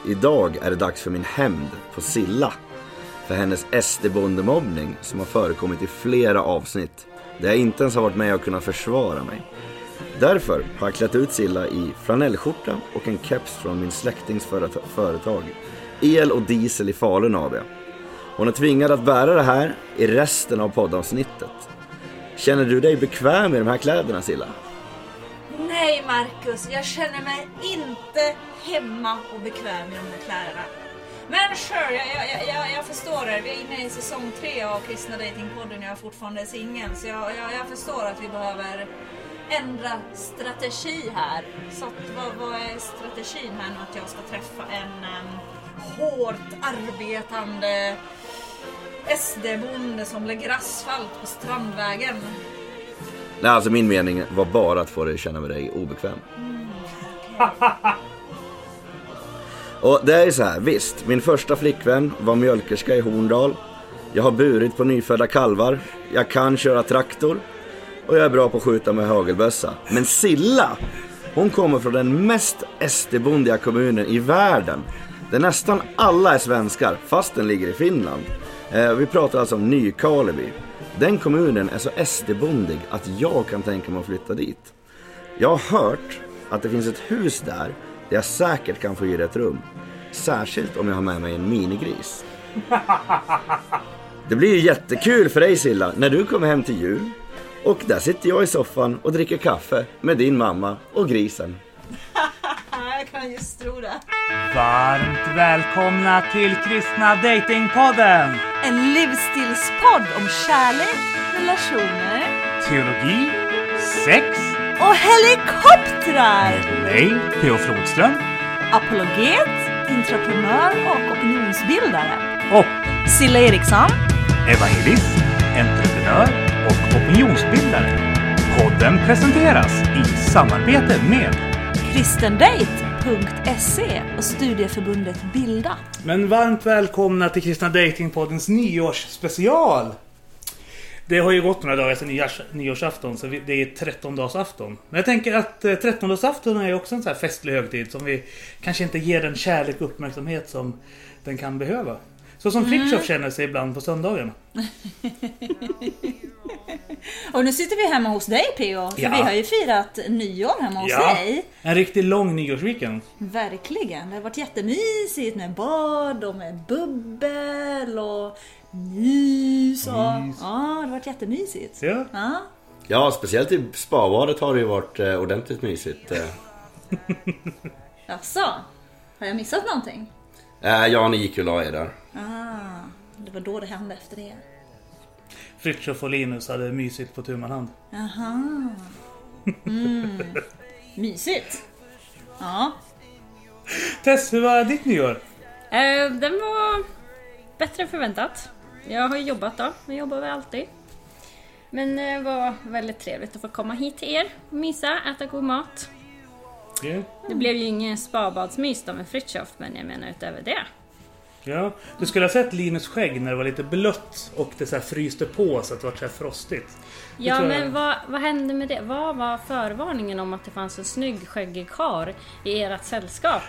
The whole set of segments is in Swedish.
Idag är det dags för min hämnd på Silla. För hennes SD-bondemobbning som har förekommit i flera avsnitt. Där jag inte ens har varit med och kunnat försvara mig. Därför har jag klätt ut Silla i flanellskjorta och en keps från min släktings företag. El och Diesel i Falun AB. Hon är tvingad att bära det här i resten av poddavsnittet. Känner du dig bekväm i de här kläderna, Silla? Nej, Marcus, jag känner mig inte hemma och bekväm i de här kläderna. Men sure, jag förstår det. Vi är inne i säsong 3 av Kristna Datingpodden. Jag är fortfarande singel, så jag förstår att vi behöver ändra strategi här. Så vad är strategin här nu? Att jag ska träffa en hårt arbetande SD-bonde som lägger asfalt på Strandvägen. Nej, alltså min mening var bara att få dig att känna med dig obekväm. Okay. Och det är så här, visst, min första flickvän var mjölkerska i Horndal. Jag har burit på nyfödda kalvar. Jag kan köra traktor. Och jag är bra på att skjuta med hagelbössa. Men Silla, hon kommer från den mest SD-bondiga kommunen i världen. Där nästan alla är svenskar, fast den ligger i Finland. Vi pratar alltså om Nykarleby. Den kommunen är så SD-bondig att jag kan tänka mig att flytta dit. Jag har hört att det finns ett hus där jag säkert kan få hyra ett rum. Särskilt om jag har med mig en minigris. Det blir ju jättekul för dig, Silla, när du kommer hem till jul. Och där sitter jag i soffan och dricker kaffe med din mamma och grisen. Jag kan just tro det. Varmt välkomna till Kristna Datingpodden. En livsstilspodd om kärlek, relationer, teologi, sex och helikoptrar. Med mig, P.O. Flodström. Apologet, entreprenör och opinionsbildare. Och Silla Eriksson, evangelist, entreprenör och opinionsbildare. Podden presenteras i samarbete med kristendate.se och studieförbundet Bilda. Men varmt välkomna till Kristna Datingpoddens nyårsspecial. Det har ju gått några dagar sedan nyårsafton, så det är 13-dagsafton. Men jag tänker att 13-dagsafton är också en så här festlig högtid som vi kanske inte ger den kärlek och uppmärksamhet som den kan behöva. Så som Fritiof känner sig ibland på söndagen. Och nu sitter vi hemma hos dig, P.O. För vi har ju firat nyår hemma hos dig. En riktigt lång nyårsweekend. Verkligen, det har varit jättemysigt med bad och med bubbel och mys. Och, ja, det har varit jättemysigt. Ja, speciellt i spabadet har det ju varit ordentligt mysigt. Jaså, har jag missat någonting? Ja, ni gick ju och la er där. Det var då det hände efter det. Fritiof och Linus hade mysigt på tumman. Aha. Mysigt. Ja. Tess, hur var ditt nyår? Den var bättre än förväntat. Jag har jobbat då. Jag jobbar väl alltid. Men det var väldigt trevligt att få komma hit till er och mysa, äta god mat. Yeah. Det blev ju ingen spabadsmys då med Fritiof, men jag menar utöver det. Ja, du skulle ha sett Linus skägg när det var lite blött och det så här fryste på så att det var så här frostigt. Ja, men vad hände med det? Vad var förvarningen om att det fanns en snygg skäggig karl i ert sällskap?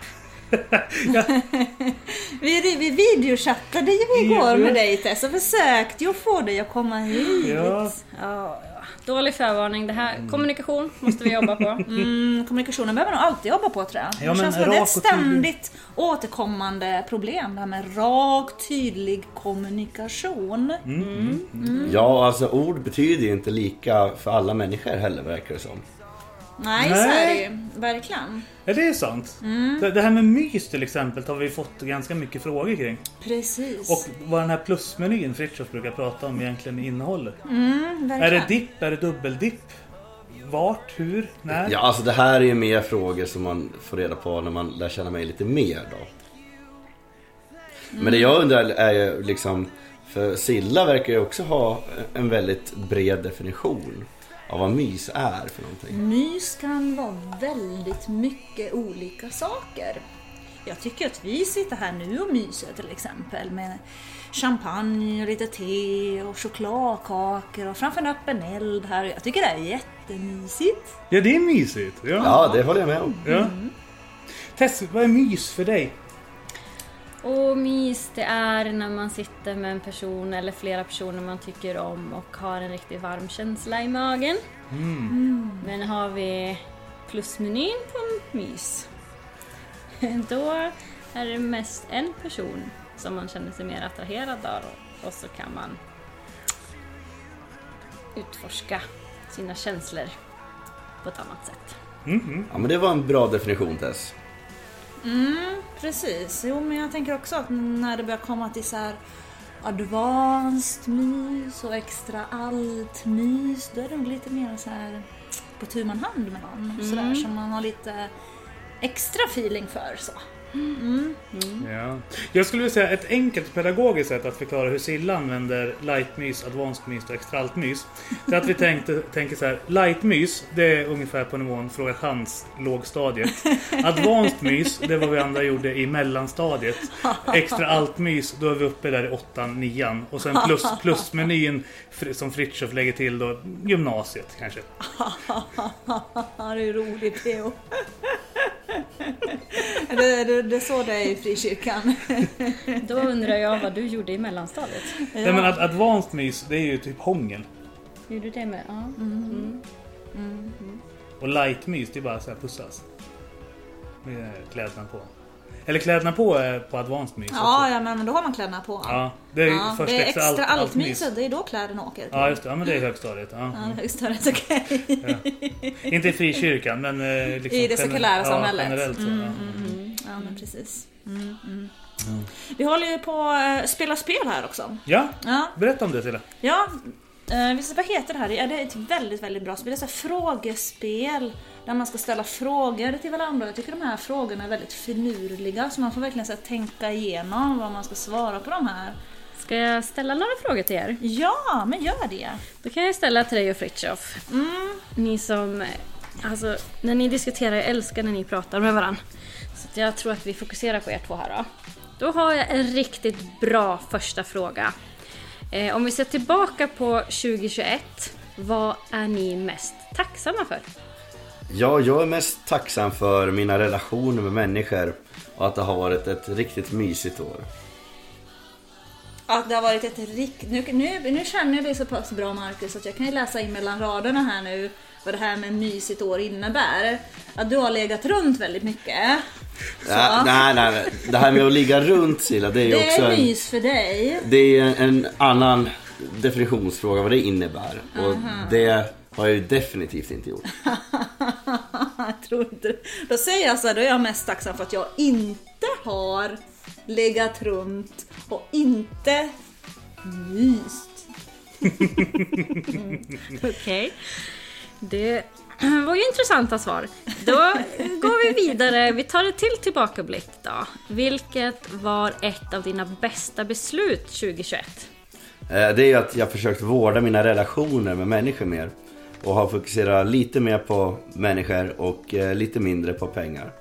Vi videochattade ju igår med dig, Tess, och försökte ju få dig att komma hit. Ja, dålig förvarning. Det här, kommunikation måste vi jobba på. Kommunikationen behöver man alltid jobba på, tror jag. Det känns som det är ett ständigt återkommande problem. Det här med rak, tydlig kommunikation. Ja, alltså ord betyder ju inte lika för alla människor heller, verkar det som. Nej, så är det ju. Verkligen. Ja, det är sant. Det här med mys till exempel har vi fått ganska mycket frågor kring. Precis. Och vad den här plusmenyn Fritiof brukar prata om egentligen innehåller. Verkligen. Är det dipp? Är det dubbeldipp? Vart? Hur? När? Ja, alltså det här är ju mer frågor som man får reda på när man lär känna mig lite mer då. Men det jag undrar är ju liksom, för Silla verkar ju också ha en väldigt bred definition av vad mys är för någonting. Mys kan vara väldigt mycket olika saker. Jag tycker att vi sitter här nu och myser till exempel med champagne och lite te och chokladkakor och framför en öppen eld här. Jag tycker det är jättemysigt. Ja, det är mysigt. Ja, det håller jag med om. Ja. Tess, vad är mys för dig? Och mys, det är när man sitter med en person eller flera personer man tycker om och har en riktigt varm känsla i magen. Men har vi plusmenyn på mys, då är det mest en person som man känner sig mer attraherad av, och så kan man utforska sina känslor på ett annat sätt. Ja, men det var en bra definition, Tess. Precis. Jo, men jag tänker också att när det börjar komma till så här advanced mys och extra allt mys, då är det lite mer så här på tu man hand med någon. Sådär som man har lite extra feeling för. Så. Ja. Jag skulle vilja säga ett enkelt pedagogiskt sätt att förklara hur Silla använder lightmys, advanced mys och extra allt mys. Så att vi tänker så här: lightmys, det är ungefär på nivån fråga chans lågstadiet. Advanced mys, det var vi andra gjorde i mellanstadiet. Extra allt mys, då är vi uppe där i 8-9. Och sen plusmenyn som Fritiof lägger till då gymnasiet kanske. Det är roligt, Theo. Det så det är i frikyrkan. Då undrar jag vad du gjorde i mellanstadiet. Nej, men advanced mys, det är ju typ hångel. Gjorde du det med? Ja. Och light mys, det är bara så här pussas med kläderna på. Eller kläderna på är på advanced mys. Ja, men då har man kläderna på. Ja, det är först det är extra allt mys. mys, det är då kläderna åker. Ja, just det. Ja, men det är högstadiet. Ja, det är högstadiet, okej. Ja. Inte i frikyrkan, men liksom i det sekulära samhället. Generellt så. Ja, men precis. Vi håller ju på att spela spel här också. Ja, berätta om det, Silla. Ja, vad heter det här? Ja, det är ett väldigt, väldigt bra spel. Det är så här frågespel där man ska ställa frågor till varandra. Jag tycker de här frågorna är väldigt finurliga, så man får verkligen så här tänka igenom vad man ska svara på de här. Ska jag ställa några frågor till er? Ja, men gör det. Då kan jag ställa till dig och Fritiof. Ni som, alltså, när ni diskuterar, jag älskar när ni pratar med varandra. Så jag tror att vi fokuserar på er två här då. Då har jag en riktigt bra första fråga. Om vi ser tillbaka på 2021, vad är ni mest tacksamma för? Ja, jag är mest tacksam för mina relationer med människor och att det har varit ett riktigt mysigt år. Att det har varit ett nu känner jag dig så pass bra, Marcus, att jag kan ju läsa in mellan raderna här nu vad det här med mysigt år innebär. Att du har legat runt väldigt mycket. Nej. Det här med att ligga runt, Silla, det är ju också är mys för dig. Det är en annan definitionsfråga vad det innebär. Och det har jag ju definitivt inte gjort. Jag tror inte. Då säger jag så här, då är jag mest tacksam för att jag inte har legat runt och inte myst. Okej. Det var ju intressanta svar. Då går vi vidare. Vi tar ett till tillbakablick då. Vilket var ett av dina bästa beslut 2021? Det är ju att jag försökt vårda mina relationer med människor mer. Och har fokuserat lite mer på människor och lite mindre på pengar.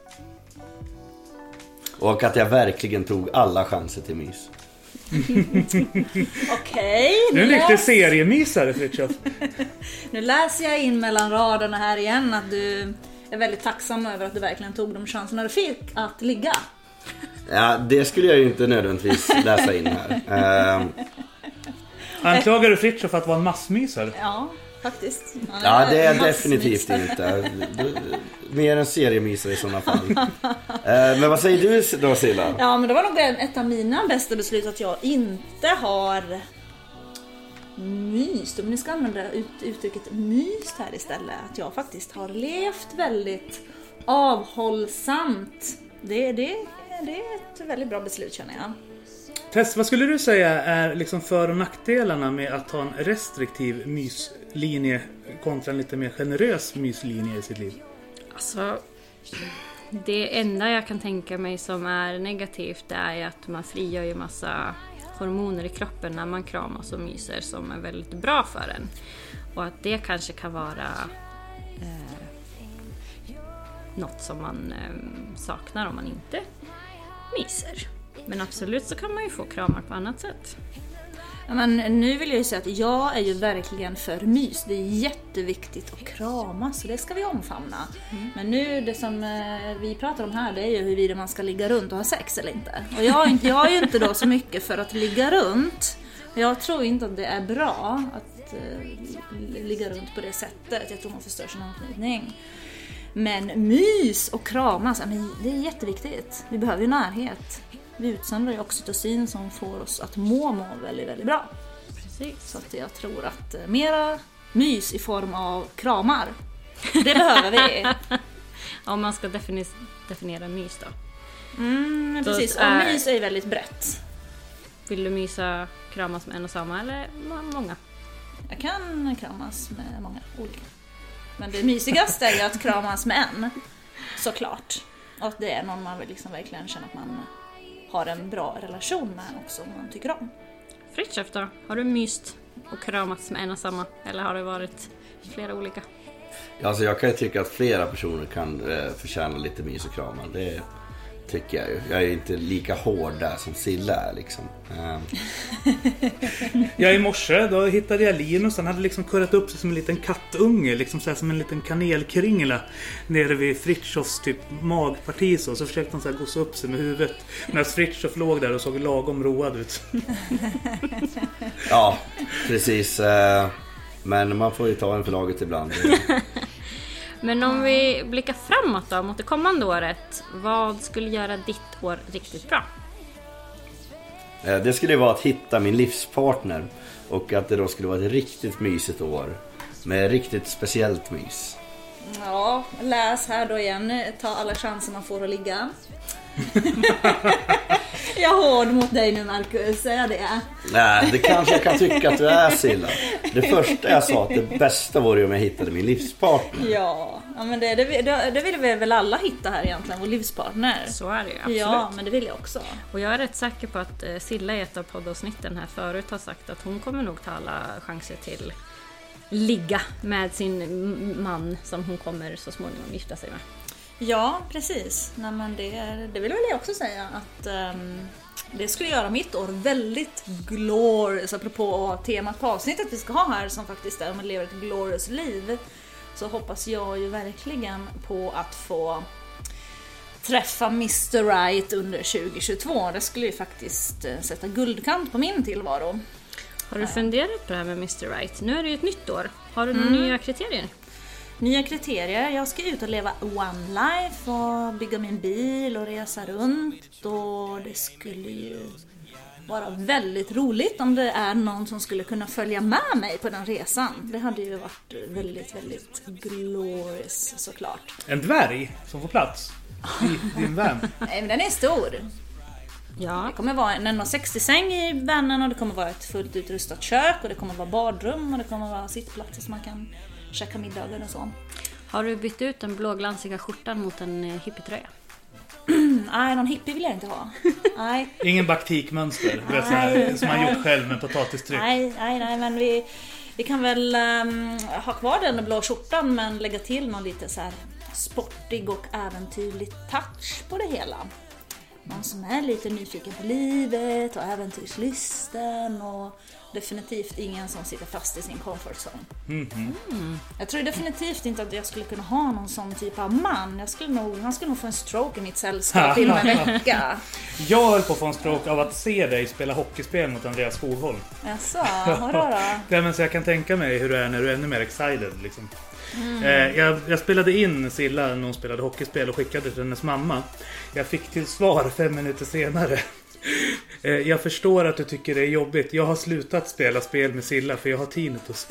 Och att jag verkligen tog alla chanser till mys. Okej. Nu är det riktigt seriemysare, Fritiof. Nu läser jag in mellan raderna här igen att du är väldigt tacksam över att du verkligen tog de chanserna du fick att ligga. Ja, det skulle jag ju inte nödvändigtvis läsa in här. Anklagar du Fritiof för att vara en massmysare? Ja, faktiskt. Ja, det är definitivt inte. Mer en seriemysare i sådana fall. Men vad säger du då, Silla? Ja, men det var nog ett av mina bästa beslut att jag inte har myst. Om ni ska använda uttrycket myst här istället. Att jag faktiskt har levt väldigt avhållsamt. Det är ett väldigt bra beslut, känner jag. Tess, vad skulle du säga är liksom för- och nackdelarna med att ha en restriktiv myslinje kontra en lite mer generös myslinje i sitt liv? Alltså, det enda jag kan tänka mig som är negativt är att man frigör ju massa hormoner i kroppen när man kramas och myser som är väldigt bra för en. Och att det kanske kan vara något som man saknar om man inte myser. Men absolut så kan man ju få kramar på annat sätt. Ja, men nu vill jag ju säga att jag är ju verkligen för mys. Det är jätteviktigt att krama, så det ska vi omfamna. Men nu, det som vi pratar om här, det är ju huruvida man ska ligga runt och ha sex eller inte. Och jag är ju inte då så mycket för att ligga runt. Jag tror inte att det är bra att ligga runt på det sättet. Jag tror man förstör sin anknytning. Men mys och kramas, det är jätteviktigt. Vi behöver ju närhet. Vi utsöndrar ju oxytocin som får oss att må väldigt, väldigt bra. Precis. Så att jag tror att mera mys i form av kramar, det behöver vi. Om man ska definiera mys då. Precis, och mys är väldigt brett. Vill du mysa kramas med en och samma eller många? Jag kan kramas med många olika. Men det mysigaste är ju att kramas med en, såklart. Och att det är någon man vill liksom verkligen känna att man har en bra relation med också, om man tycker om. Fritiof då? Har du myst och kramats med en och samma? Eller har det varit flera olika? Alltså jag kan ju tycka att flera personer kan förtjäna lite mys och kramar. Det tycker jag ju. Jag är inte lika hård där som Silla är liksom. I morse då hittade jag Linus. Han hade liksom kurrat upp sig som en liten kattunge. Liksom så här som en liten kanelkringla. Nere vid Fritjofs typ magparti så försökte han så här gossa upp sig med huvudet. Medan Fritjof låg där och såg lagom road ut. Ja, precis. Men man får ju ta en för laget ibland. Men om vi blickar framåt då, mot det kommande året, vad skulle göra ditt år riktigt bra? Det skulle vara att hitta min livspartner. Och att det då skulle vara ett riktigt mysigt år. Med riktigt speciellt mys. Ja, läs här då igen. Ta alla chanser man får att ligga. Jag är hård mot dig nu, Marcus, säger det. Nej, det kanske jag kan tycka att du är, Silla. Det första jag sa, att det bästa vore om jag hittade min livspartner. Ja, men det vill vi väl alla hitta här egentligen, vår livspartner. Så är det ju, absolut. Ja, men det vill jag också. Och jag är rätt säker på att Silla i ett av poddavsnitten här förut har sagt att hon kommer nog ta alla chanser till ligga med sin man som hon kommer så småningom gifta sig med. Ja, precis. Nej, men det vill jag också säga att det skulle göra mitt år väldigt glorious. Apropå temat på avsnittet vi ska ha här, som faktiskt är om man lever ett glorious liv, så hoppas jag ju verkligen på att få träffa Mr. Right under 2022. Det skulle ju faktiskt sätta guldkant på min tillvaro. Har du funderat på det här med Mr. Right? Nu är det ju ett nytt år. Har du några nya kriterier? Nya kriterier. Jag ska ut och leva one life och bygga min bil och resa runt. Och det skulle ju vara väldigt roligt om det är någon som skulle kunna följa med mig på den resan. Det hade ju varit väldigt, väldigt glorious, såklart. En dvärg som får plats i din vän. Nej, men den är stor. Ja. Det kommer vara en 1,60-säng i vannen och det kommer vara ett fullt utrustat kök och det kommer vara badrum och det kommer vara sittplatser som man kan käka middagar och så. Har du bytt ut den blåglansiga skjortan mot en hippietröja? Nej, någon hippie vill jag inte ha. Nej. Ingen baktikmönster som man gjort själv med potatistryck. Nej, men vi kan väl ha kvar den blå skjortan men lägga till någon lite så här sportig och äventyrlig touch på det hela. Någon som är lite nyfiken på livet och äventyrslysten och definitivt ingen som sitter fast i sin comfort zone. Jag tror definitivt inte att jag skulle kunna ha någon sån typ av man. Han skulle nog få en stroke i mitt sällskap inom en vecka. Jag höll på att få en stroke av att se dig spela hockeyspel mot Andreas Skogholm. Jaså, vadå då? Men så jag kan tänka mig hur det är när du är ännu mer excited liksom. Jag spelade in Silla när hon spelade hockeyspel och skickade till hennes mamma. Jag fick till svar 5 minuter senare. Jag förstår att du tycker det är jobbigt. Jag har slutat spela spel med Silla för jag har tinnitus.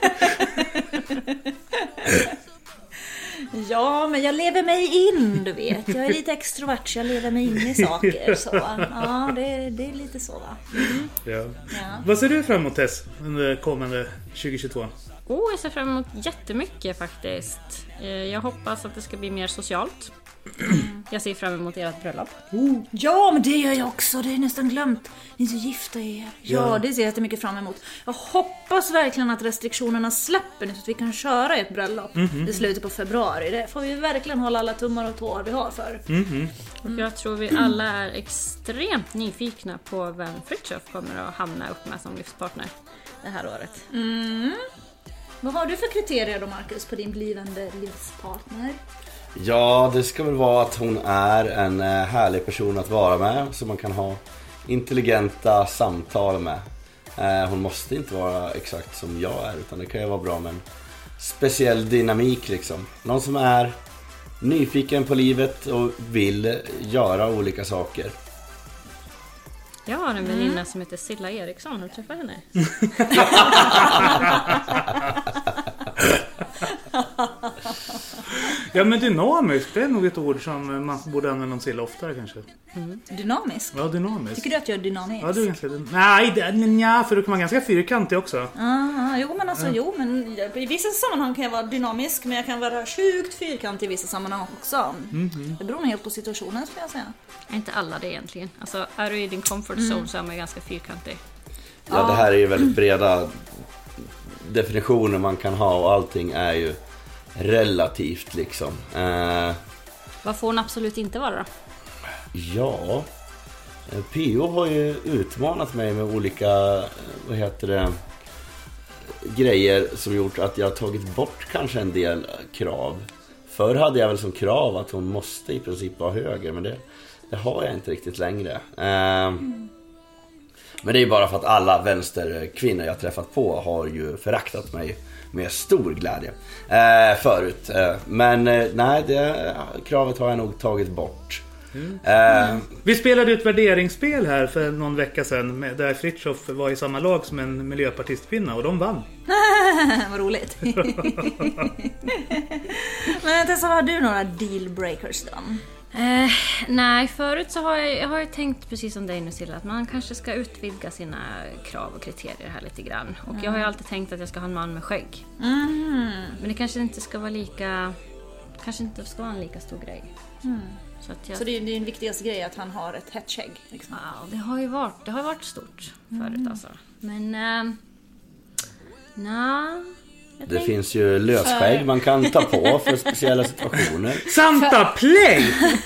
Ja, men jag lever mig in, du vet. Jag är lite extrovert så jag lever mig in i saker. Så. Ja, det är lite så, va? Ja. Vad ser du fram emot, Tess, under kommande 2022? Jag ser fram emot jättemycket faktiskt. Jag hoppas att det ska bli mer socialt. Jag ser fram emot ert bröllop. Ja, men det gör jag också. Det är nästan glömt. Ni är så gifta er. Ja, det ser jag jättemycket fram emot. Jag hoppas verkligen att restriktionerna släpper nu så att vi kan köra ett bröllop i slutet på februari. Det får vi verkligen hålla alla tummar och tår vi har för. Och jag tror vi alla är extremt nyfikna på vem Fritiof kommer att hamna upp med som livspartner det här året. Vad har du för kriterier då, Marcus, på din blivande livspartner? Ja, det ska väl vara att hon är en härlig person att vara med, så man kan ha intelligenta samtal med. Hon måste inte vara exakt som jag är, utan det kan ju vara bra med en speciell dynamik liksom. Någon som är nyfiken på livet och vill göra olika saker. Jag har en väninna som heter Silla Eriksson. Har du träffat henne? Ja, men dynamisk, det är nog ett ord som man borde använda om Silla oftare kanske. Dynamisk? Ja, dynamisk. Tycker du att jag är dynamisk? Ja, du är ganska nej, för du kan vara ganska fyrkantig också. Men i vissa sammanhang kan jag vara dynamisk, men jag kan vara sjukt fyrkantig i vissa sammanhang också. Det beror helt på situationen, skulle jag säga. Är inte alla det egentligen? Alltså, är du i din comfort zone så är man ganska fyrkantig. Ja, det här är ju väldigt breda definitioner man kan ha, och allting är ju relativt liksom. Vad får hon absolut inte vara då? Ja, P.O. har ju utmanat mig med olika, grejer som gjort att jag har tagit bort kanske en del krav. Förr hade jag väl som krav att hon måste i princip vara höger, men det har jag inte riktigt längre. Men det är ju bara för att alla vänsterkvinnor jag träffat på har ju föraktat mig med stor glädje förut. Men nej, det kravet har jag nog tagit bort. Vi spelade ett värderingsspel här för någon vecka sedan där Fritiof var i samma lag som en miljöpartistkvinna och de vann. Vad roligt. Men Tessa, har du några dealbreakers då? Nej, förut så har jag tänkt precis som dig nu, Silla, att man kanske ska utvidga sina krav och kriterier här lite grann. Och jag har ju alltid tänkt att jag ska ha en man med skägg. Men det kanske inte ska vara en lika stor grej. Så Ja, det har varit stort förut alltså. Men det finns ju lösskägg man kan ta på för speciella situationer. Santa play!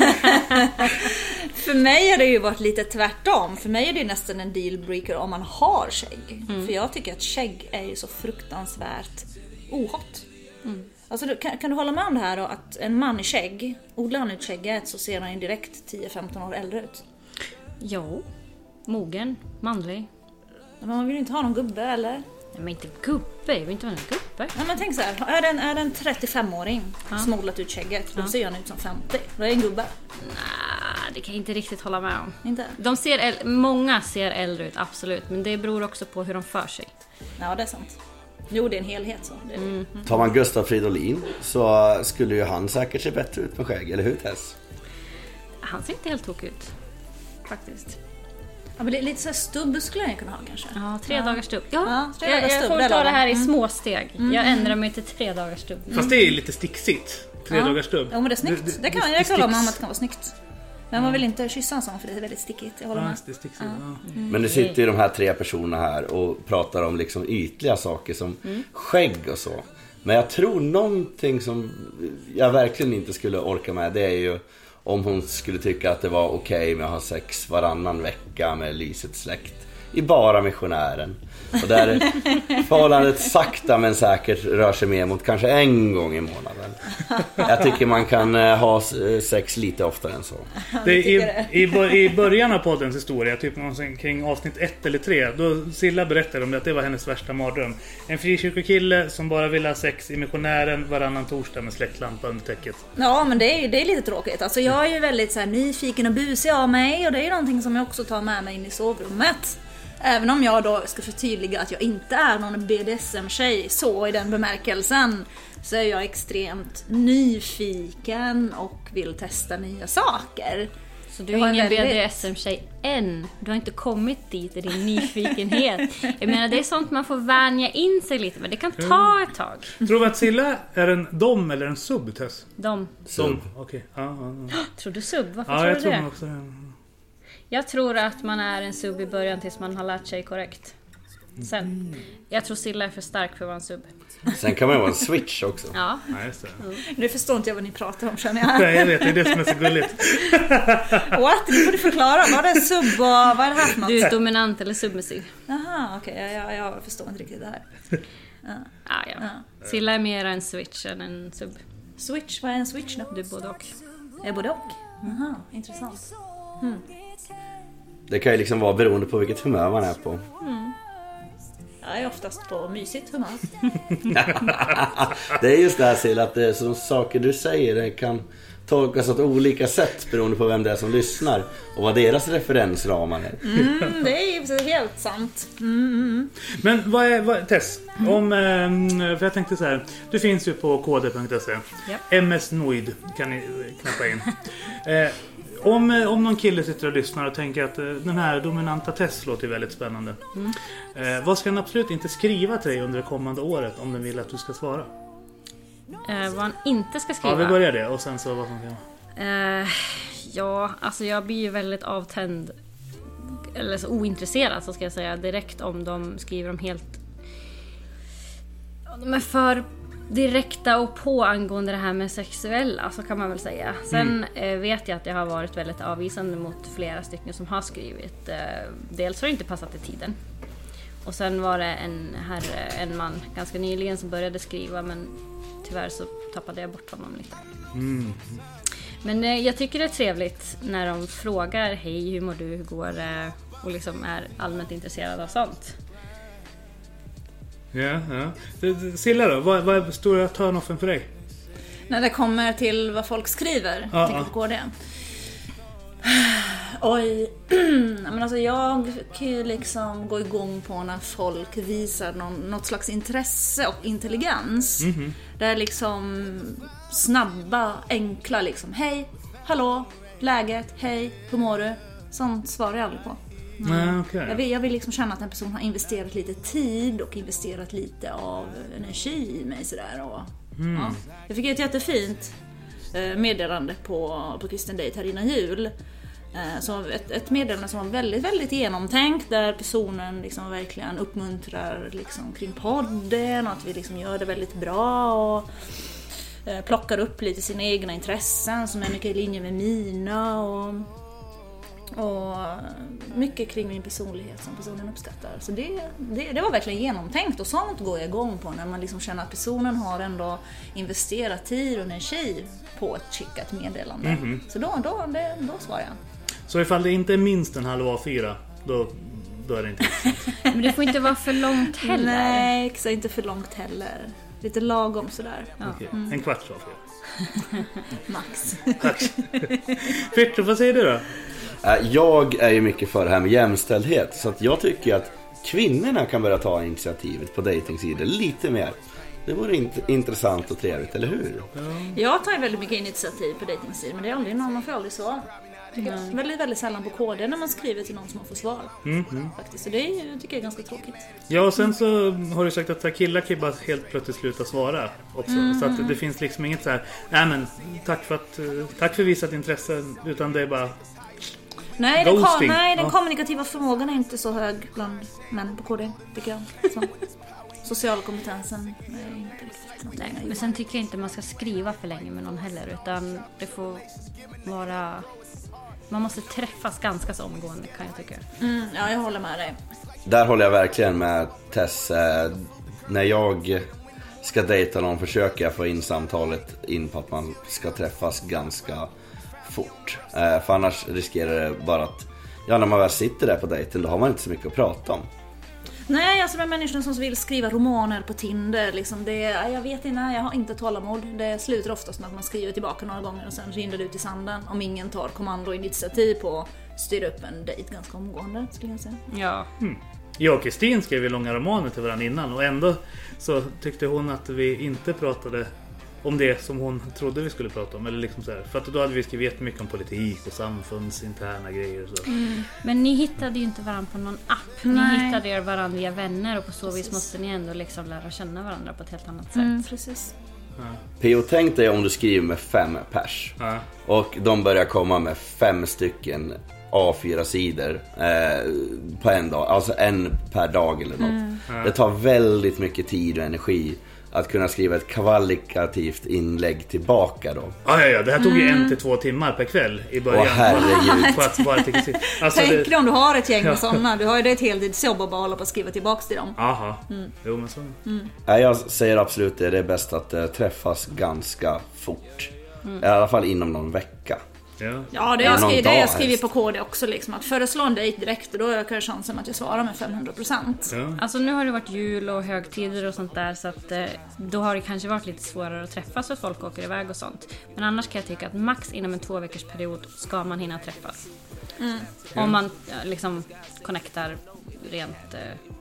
För mig har det ju varit lite tvärtom. För mig är det nästan en dealbreaker om man har skägg. För jag tycker att skägg är ju så fruktansvärt ohott. Alltså, kan du hålla med om det här då, att en man i skägg, odlar han ut skägget så ser han ju direkt 10-15 år äldre ut? Jo, mogen, manlig. Men man vill ju inte ha någon gubbe, eller? Nej, men inte gubbe, jag vill inte ha någon gubbe. Nej, men tänk så här, är det en 35-åring som odlat ut skägget, då ser han ut som 50. Då är det en gubbe. Nej, det kan jag inte riktigt hålla med om. Inte? Många ser äldre ut, absolut. Men det beror också på hur de för sig. Ja, det är sant. Jo, det är en helhet så. Tar man Gustav Fridolin så skulle ju han säkert se bättre ut med skägg, eller hur Tess? Han ser inte helt tokig ut, faktiskt. Ja, men lite så här stubb skulle jag kunna ha kanske. Ja, 3 dagars stubb. Ja, 3 dagars jag stubb. får ta det här i små steg. Jag ändrar mig till 3 dagars stubb. Fast det är lite sticksigt. 3 dagars stubb. Ja, men det är snyggt. Det kan jag kolla om att det kan vara snyggt. Men man vill inte kyssa en sån för det är väldigt stickigt. Jag håller med. Det är sticksigt. Men det sitter ju de här 3 personerna här och pratar om liksom ytliga saker som skägg och så. Men jag tror någonting som jag verkligen inte skulle orka med, det är ju om hon skulle tycka att det var okej med att ha sex varannan vecka med Lysets släkt i bara missionären. Och där förhållandet sakta men säkert rör sig mer mot kanske en gång i månaden. Jag tycker man kan ha sex lite oftare än så. I början av poddens historia, typ någonsin kring avsnitt 1 eller 3, då Silla berättade om att det var hennes värsta mardröm. En frikyrkokille som bara ville ha sex i missionären varannan torsdag med släktlampa under täcket. Ja, men det är lite tråkigt. Alltså, jag är ju väldigt så här, nyfiken och busig av mig, och det är ju någonting som jag också tar med mig in i sovrummet. Även om jag då ska förtydliga att jag inte är någon BDSM-tjej så i den bemärkelsen, så är jag extremt nyfiken och vill testa nya saker. Så du är ingen BDSM-tjej än. Du har inte kommit dit i din nyfikenhet. Jag menar, det är sånt man får vänja in sig lite. Men det kan ta ett tag. Tror du att Silla är en dom eller en sub, Tess? Dom. Okej. Ja. Tror du sub? Varför Ja, tror jag du tror det? man också. Jag tror att man är en sub i början tills man har lärt sig korrekt. Sen, jag tror Silla är för stark för att vara en sub. Sen kan man vara en switch också. Ja. Ja, just det. Nu förstår inte jag vad ni pratar om, känner jag. Nej, jag vet, det är det som är så gulligt. What? Nu får du förklara. Vad är sub och vad är det här för något? Du är dominant eller submissiv. Jaha, okej. Jag förstår inte riktigt det här. Ja. Silla är mer en switch än en sub. Switch, vad är en switch då? Du är både och. Är både och? Jaha, intressant. Det kan ju liksom vara beroende på vilket humör man är på. Jag är oftast på mysigt humör. Det är just det här, Silla, att det är som saker du säger, det kan tolkas åt olika sätt beroende på vem det är som lyssnar och vad deras referensramar är. Det är ju helt sant. Men vad Tess, för jag tänkte så här, du finns ju på kd.se. Yep. MS-noid kan ni knappa in. Om någon kille sitter och lyssnar och tänker att den här dominanta Tess låter väldigt spännande. Vad ska han absolut inte skriva till dig under det kommande året om den vill att du ska svara? Vad han inte ska skriva. Ja, vi börjar det och sen så vad som kan. Ja, alltså jag blir ju väldigt avtänd eller så ointresserad, så ska jag säga, direkt om de skriver om helt... De är för direkta och på angående det här med sexuella, så kan man väl säga. Sen vet jag att jag har varit väldigt avvisande mot flera stycken som har skrivit. Dels har det inte passat i tiden. Och sen var det en man ganska nyligen som började skriva, men tyvärr så tappade jag bort honom lite. Men jag tycker det är trevligt när de frågar hej, hur mår du, hur går det? Och liksom är allmänt intresserade av sånt. Ja. Silla då, vad är stora turnoffen för dig? När det kommer till vad folk skriver, tänker på det. Oj, men alltså jag kan ju liksom gå igång på när folk visar något slags intresse och intelligens. Det är liksom snabba, enkla liksom, hej, hallå, läget, hej, hur mår du? Sånt svarar jag aldrig på. Okay. Jag vill liksom känna att en person har investerat lite tid och investerat lite av energi i mig sådär. Och, ja. Jag fick ett jättefint meddelande på Kristen Date här innan jul. Så ett meddelande som var väldigt, väldigt genomtänkt, där personen liksom verkligen uppmuntrar liksom kring podden och att vi liksom gör det väldigt bra och plockar upp lite sina egna intressen som är mycket i linje med mina och mycket kring min personlighet som personen uppskattar. Så det var verkligen genomtänkt, och sånt går jag igång på när man liksom känner att personen har ändå investerat tid och energi på ett skickat meddelande. Så då svarar jag. Så ifall det inte är minst en halv A4, då är det inte. Men det får inte vara för långt heller. Nej, exakt, inte för långt heller. Lite lagom sådär. Ja. Okay. En kvart A4. Max. Tack. Peter, vad säger du då? Jag är ju mycket för det här med jämställdhet, så att jag tycker att kvinnorna kan börja ta initiativet på datingsidor lite mer. Det vore intressant och trevligt, eller hur? Jag tar väldigt mycket initiativ på datingsidor, men det är aldrig någon, man får aldrig svar. Väldigt, väldigt sällan på KD när man skriver till någon som man får svar. Faktiskt. Så det tycker jag är ganska tråkigt. Ja, och sen så har du sagt att killar kan bara helt plötsligt sluta svara också. Så att det finns liksom inget så här, nej men tack för visat intresse, utan det är bara nej, den kommunikativa förmågan är inte så hög bland män på KD, tycker jag. Så. Social kompetensen är inte riktigt. Nej, men sen tycker jag inte man ska skriva för länge med någon heller, utan det får vara... Man måste träffas ganska så omgående, kan jag tycka. Ja, jag håller med dig. Där håller jag verkligen med Tess. När jag ska dejta någon försöker jag få in samtalet in på att man ska träffas ganska fort. För annars riskerar det bara att när man väl sitter där på dejten, då har man inte så mycket att prata om. Nej, alltså de människor som vill skriva romaner på Tinder liksom, jag vet inte, jag har inte tålamod. Det slutar oftast med att man skriver tillbaka några gånger och sen rinner det ut i sanden om ingen tar kommando och initiativ på att styra upp en dejt ganska omgående, skulle jag säga. Ja. Jag och Kristin skrev ju långa romaner till varandra innan, och ändå så tyckte hon att vi inte pratade om det som hon trodde vi skulle prata om. Eller liksom så här. För att då hade vi skrivit jättemycket om politik och samfundsinterna grejer och så. Men ni hittade ju inte varandra på någon app. Nej. Ni hittade er varandra via vänner och på så vis måste ni ändå liksom lära känna varandra på ett helt annat sätt. Precis. P.O. tänk dig om du skriver med 5 pers och de börjar komma med 5 stycken A4-sidor på en dag, alltså en per dag eller något. Det tar väldigt mycket tid och energi att kunna skriva ett kvalitativt inlägg tillbaka då. Ja, det här tog ju 1 till 2 timmar per kväll i början. Åh, herregud. På att bara alltså, Tänk dig om du har ett gäng med sådana. Du har ju det ett heltidsjobb och bara hålla på att skriva tillbaka till dem. Aha. Jo, men så. Nej, jag säger absolut det är bäst att träffas ganska fort. I alla fall inom någon vecka. Ja, det jag skriver på KD också liksom, att föreslå en dejt direkt och då ökar chansen att jag svarar med 500%. Alltså nu har det varit jul och högtider och sånt där så att då har det kanske varit lite svårare att träffas så att folk åker iväg och sånt. Men annars kan jag tycka att max inom en 2 veckors period ska man hinna träffas. Om man liksom connectar rent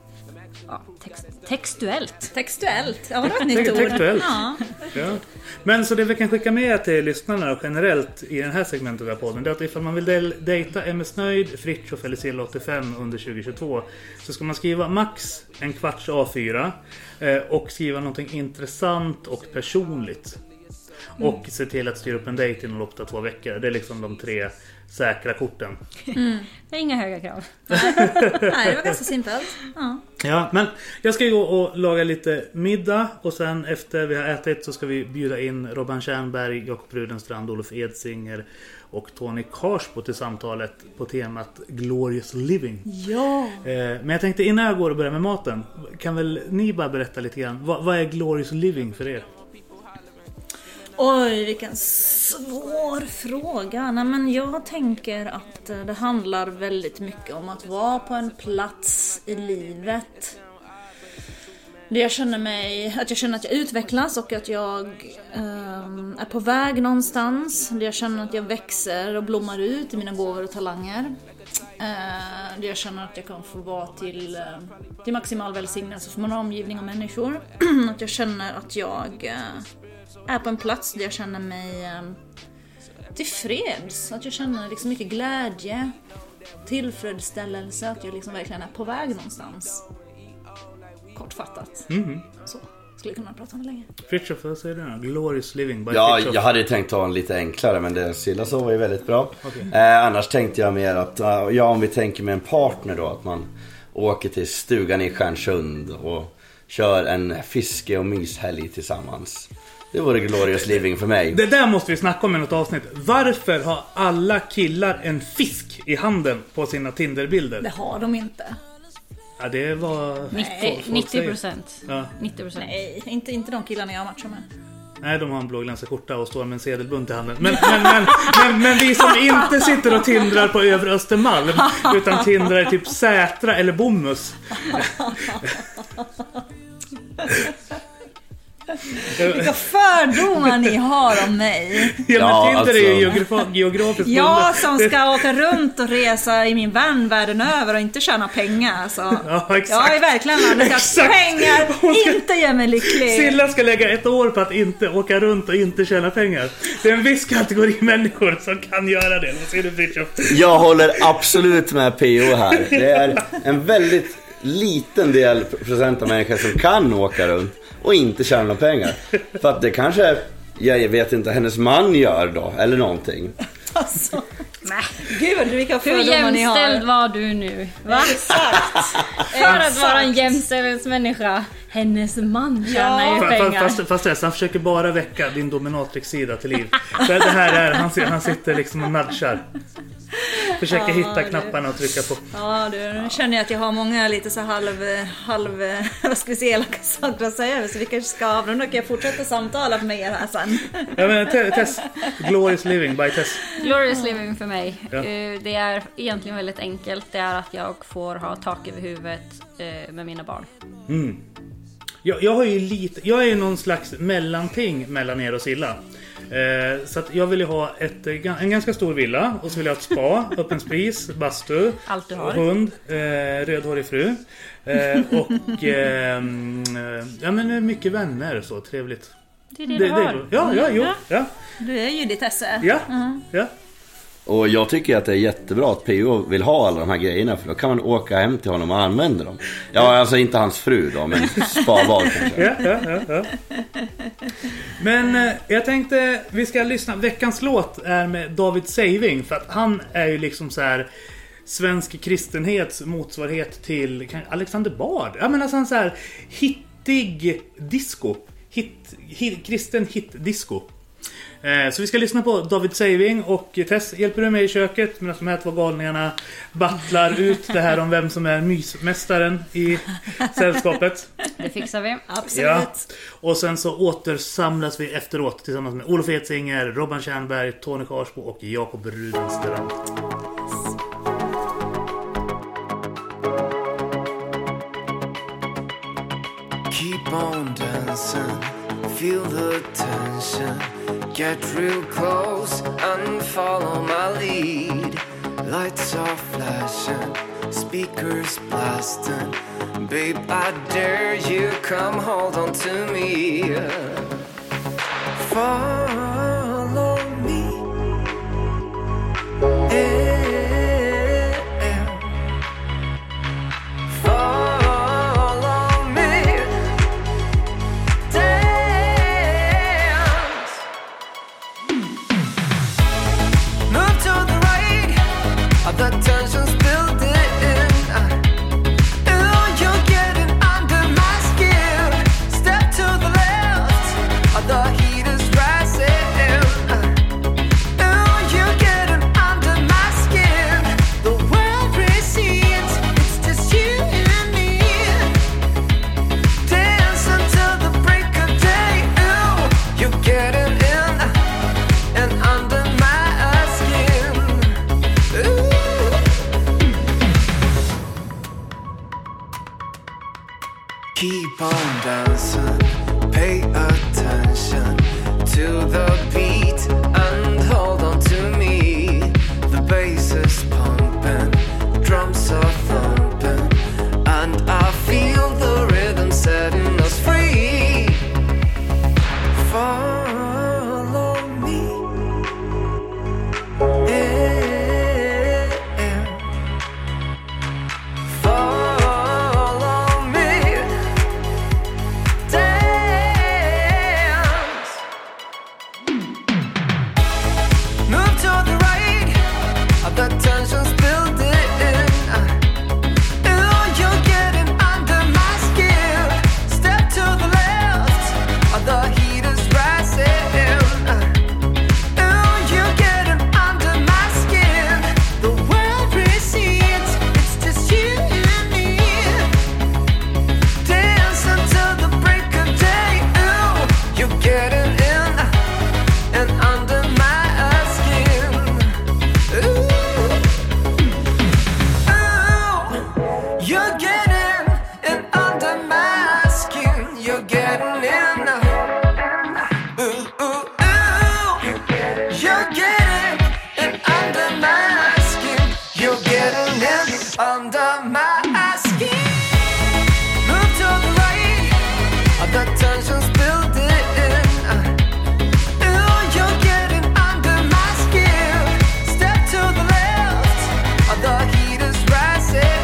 textuellt. Textuellt, ja det var ett nytt ord. Textuellt. Ja. Men så det vi kan skicka med till lyssnarna generellt i den här segmentet av podden, det är att ifall man vill dejta MS Nöjd, Fritjof eller Silla 85 under 2022 så ska man skriva max en kvarts A4 och skriva någonting intressant och personligt. Och se till att styra upp en dejt inom loppet av 2 veckor. Det är liksom de 3 säkra korten. Det är inga höga krav. Nej, det var ganska simpelt. Ja, men jag ska gå och laga lite middag och sen efter vi har ätit så ska vi bjuda in Robban Tjernberg, Jakob Rudenstrand, Olof Edsinger och Tony Karsbo till samtalet på temat Glorious Living. Ja. Men jag tänkte innan jag går och börjar med maten, kan väl ni bara berätta lite grann, vad är Glorious Living för er? Oj, vilken svår fråga. Nej, men jag tänker att det handlar väldigt mycket om att vara på en plats i livet där jag känner att jag utvecklas och att jag är på väg någonstans. Där jag känner att jag växer och blommar ut i mina gåvor och talanger. Där jag känner att jag kan få vara till maximal välsignelse för min omgivning och människor. Att jag känner att jag är på en plats där jag känner mig tillfreds. Att jag känner liksom mycket glädje, tillfredsställelse. Att jag liksom verkligen är på väg någonstans. Kortfattat. Så skulle jag kunna prata om det länge. Fritjof, vad säger du? Glorious Living by Ja, Fritjof. jag hade ju tänkt ta en lite enklare, men det Silla så var ju väldigt bra. Annars tänkte jag mer att om vi tänker med en partner då, att man åker till stugan i Stjärnsund och kör en fiske- och myshelg tillsammans. Det vore Glorious Living för mig. Det där måste vi snacka om i något avsnitt. Varför har alla killar en fisk i handen på sina Tinderbilder? Det har de inte. Ja, det var 90%. Ja. 90%. Nej, inte de killarna jag matchar med. Nej, de har en blåglänsig skjorta och står med en sedelbunt i handen. Men vi som inte sitter och tindrar på Övre Östermalm utan tindrar i typ Sätra eller Bomhus. Vilka fördomar ni har om mig. Ja, men Tinder är ju alltså geografiskt Jag som ska åka runt och resa i min värld världen över och inte tjäna pengar alltså. Ja, exakt. Jag är verkligen landet att pengar inte gör mig lycklig. Silla ska lägga 1 år på att inte åka runt och inte tjäna pengar. Det är en viss kategori människor som kan göra det. Vad säger du, Fritjof? Jag håller absolut med P.O. här. Det är en väldigt liten del procent av människor som kan åka runt och inte tjäna pengar. För att det kanske, jag vet inte, hennes man gör då, eller någonting. Alltså, gud vilka Hur fördomar ni har. jämställd var du nu? Va? Exakt. För att vara en jämställdhetsmänniska. Hennes man tjänar ju pengar. Fast han försöker bara väcka din dominatrix-sida till liv. Det här är, han sitter liksom och nudgar. Försöker hitta knapparna och trycka på. Ja, nu känner jag att jag har många lite så halv vad ska vi se, elaka saker att säga. Så vi kanske ska avrunda och jag fortsätta samtala med er här sen. Ja, men Tess, Glorious Living by Tess. Glorious Living för mig. Ja. Det är egentligen väldigt enkelt. Det är att jag får ha tak över huvudet med mina barn. Jag är ju någon slags mellanting mellan er och Silla. Så att jag vill ju ha en ganska stor villa. Och så vill jag ha ett spa, öppen spis, bastu, Allt du har. hund, rödhårig fru och ja, men mycket vänner, så trevligt. Det är det du har. Ja. Du är ju ditt esse. Ja. Och jag tycker att det är jättebra att P.O. vill ha alla de här grejerna, för då kan man åka hem till honom och använda dem. Ja, alltså inte hans fru då, men sparvar kanske. Ja. Men jag tänkte vi ska lyssna. Veckans låt är med David Saving, för att han är ju liksom så här svensk kristenhets motsvarighet till Alexander Bard. Ja, men alltså han så här hittig disco. Kristen hit disco. Så vi ska lyssna på David Saving. Och Tess, hjälper du mig i köket medan de här två galningarna battlar ut det här om vem som är mysmästaren i sällskapet? Det fixar vi. Absolut. Ja. Och sen så återsamlas vi efteråt tillsammans med Olof Edsinger, Robban Tjernberg, Tony Karsbo och Jakob Rudenstrand. Keep on dancing, feel the tension. Get real close and follow my lead. Lights are flashing, speakers blasting. Babe, I dare you, come hold on to me. Follow me. The tension's building. You're getting under my skin. Step to the left. The heat is rising. You're getting under my skin. The world recedes. It's just you and me. Dance until the break of day. You're getting in and under my skin. Keep on dancing, pay attention to the beat and hold on to me. The bass is pumping, drums are thumping, and I feel the rhythm setting us free. Follow me. The tension's building. You're getting under my skin. Step to the left. The heat is rising. You're getting under my skin. The world recedes. It's just you and me. Dance until the break of day. You're getting in and under my skin. You're getting in under my skin. You're getting in. You're getting in under my skin. You're getting in under my skin. Move to the right. The tension's building. You're getting under my skin. Step to the left. The heat is rising.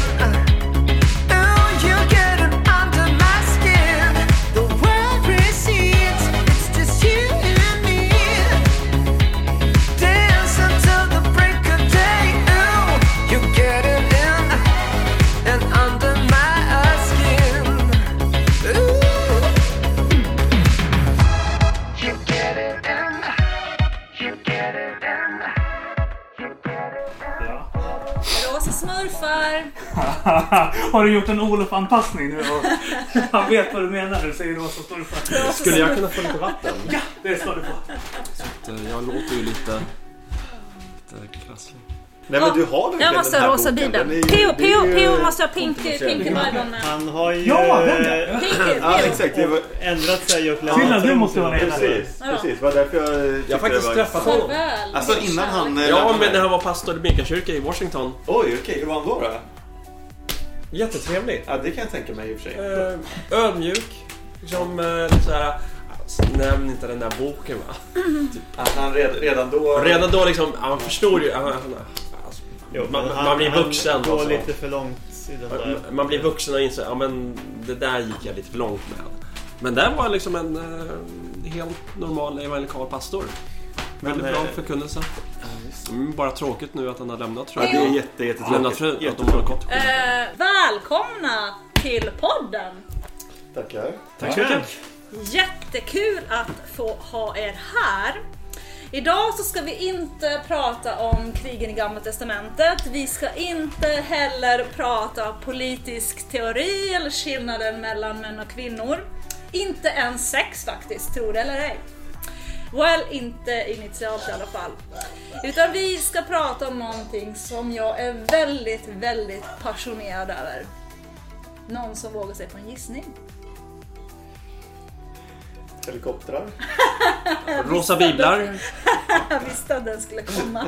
You're getting under my skin. The world recedes. It's just you and me. Dance until the break of day. You're getting in and under my skin. You get it in. You get it in. Rosa smurfar. Har du gjort en Olof-anpassning nu? Han vet vad du menar när du säger rosa smurfar. Skulle jag kunna få lite vatten? Ja, det ska du få. Jag låter ju lite krasslig. Nej, men du har Jag måste ha rosa bilen. P.O. måste ha pink Bible. Han har ju Ja, exakt, det var ändrat sig och Silla, du måste vara med. Precis, det var därför jag har faktiskt träffat honom. Alltså innan han Ja, men när han var pastor i Mekakyrka i Washington. Oj, okej, hur var han då? Jättetrevlig. Ja, det kan jag tänka mig i och för sig. Ödmjuk. Liksom lite så här. Nämn inte den där boken, va? Typ. Att han redan då liksom, han förstod ju. Man blir vuxen. Han går lite för långt i den där. Man blir vuxen och inser, ja men det där gick jag lite för långt med. Men där var liksom en helt normal evangelikal pastor. Väldigt bra förkunnelse. Bara tråkigt nu att han har lämnat, tror jag. Ja, det är jättetråkigt. Välkomna till podden! Tackar. Tack så mycket. Jättekul att få ha er här. Idag så ska vi inte prata om krigen i Gamla testamentet. Vi ska inte heller prata politisk teori eller skillnaden mellan män och kvinnor. Inte ens sex faktiskt, tror det eller ej. Inte initialt i alla fall. Utan vi ska prata om någonting som jag är väldigt, väldigt passionerad över. Någon som vågar sig på en gissning. Helikoptrar. Rosa biblar. Jag visste att den skulle komma.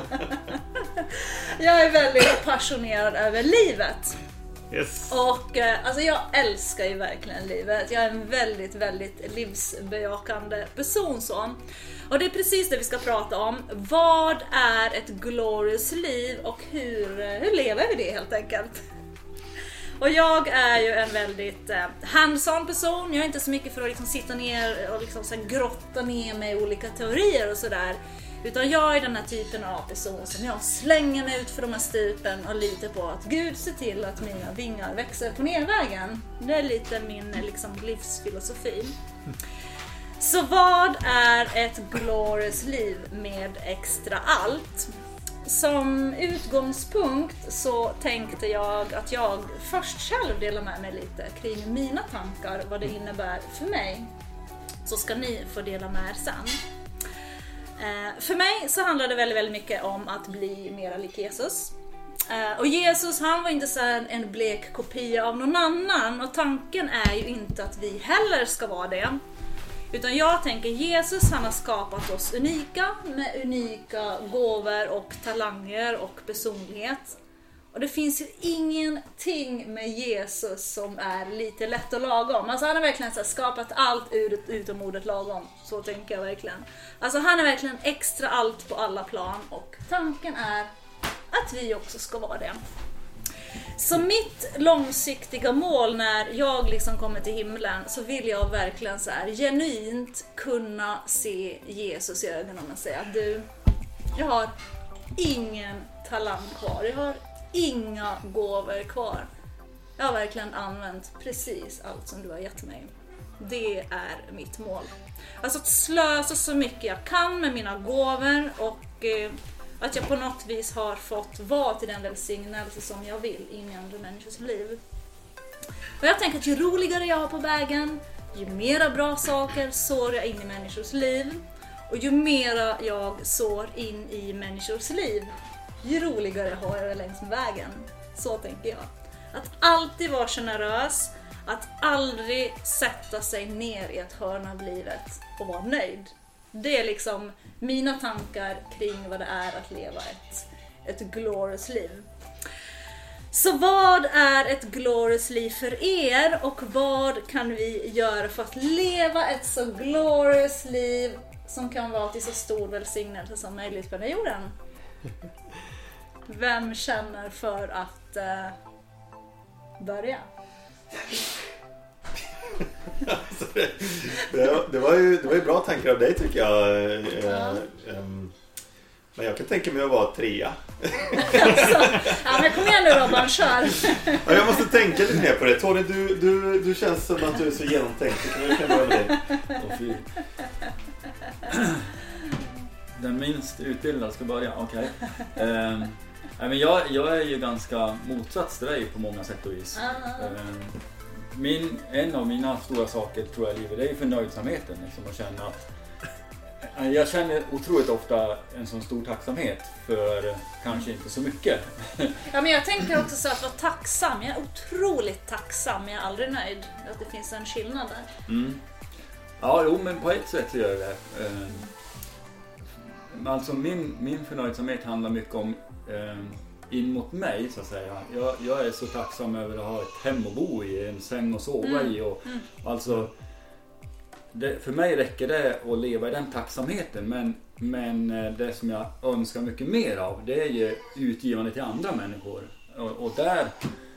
Jag är väldigt passionerad över livet. Yes. Och alltså jag älskar ju verkligen livet. Jag är en väldigt, väldigt livsbejakande person så. Och det är precis det vi ska prata om. Vad är ett glorious liv och hur lever vi det helt enkelt? Och jag är ju en väldigt hands-on person. Jag är inte så mycket för att liksom sitta ner och liksom så här grotta ner mig i olika teorier och sådär. Utan jag är den här typen av person som jag slänger mig ut för de här stupen och litar på att Gud ser till att mina vingar växer på nervägen. Det är lite min liksom livsfilosofi. Så vad är ett glorious liv med extra allt? Som utgångspunkt så tänkte jag att jag först själv delar med mig lite kring mina tankar, vad det innebär för mig. Så ska ni få dela med er sen. För mig så handlar det väldigt, väldigt mycket om att bli mera lik Jesus. Och Jesus, han var inte så en blek kopia av någon annan. Och tanken är ju inte att vi heller ska vara det. Utan jag tänker Jesus, han har skapat oss unika med unika gåvor och talanger och personlighet. Och det finns ju ingenting med Jesus som är lite lätt och lagom. Alltså han har verkligen så här skapat allt utom ordet lagom. Så tänker jag verkligen. Alltså han är verkligen extra allt på alla plan. Och tanken är att vi också ska vara det. Så mitt långsiktiga mål när jag liksom kommer till himlen, så vill jag verkligen så här genuint kunna se Jesus i ögonen och säga: du, jag har ingen talang kvar. Jag har inga gåvor kvar. Jag har verkligen använt precis allt som du har gett mig. Det är mitt mål. Alltså att slösa så mycket jag kan med mina gåvor och att jag på något vis har fått vara till den välsignelse som jag vill in i andra människors liv. Och jag tänker att ju roligare jag har på vägen, ju mera bra saker sår jag in i människors liv. Och ju mera jag sår in i människors liv, ju roligare har jag längs med vägen. Så tänker jag. Att alltid vara generös, att aldrig sätta sig ner i ett hörn av livet och vara nöjd. Det är liksom mina tankar kring vad det är att leva ett glorious liv. Så vad är ett glorious liv för er och vad kan vi göra för att leva ett så glorious liv som kan vara till så stor välsignelse som möjligt på den jorden? Vem känner för att börja? Det var ju bra tankar av dig tycker jag. Men jag kan tänka mig att vara 3. Alltså, ja, men kom igen nu Robban, kör. Ja, jag måste tänka lite mer på det. Tony, du känns som att du är så genomtänkt. Jag kan börja med dig. Den minst utbildade ska börja, okej. Men jag är ju ganska motsats till dig på många sätt och vis. En av mina stora saker tror jag i livet, det är förnöjsamheten. Liksom att känna att jag känner otroligt ofta en sån stor tacksamhet för kanske inte så mycket. Ja, men jag tänker också så att vara tacksam. Jag är otroligt tacksam, men jag är aldrig nöjd. Att det finns en skillnad där. Mm. Ja, jo, men på ett sätt så gör det. Alltså min förnöjsamhet handlar mycket om in mot mig så att säga. Jag är så tacksam över att ha ett hem att bo i, en säng att sova i och alltså för mig räcker det att leva i den tacksamheten. Men det som jag önskar mycket mer av, det är ju utgivande till andra människor. Och där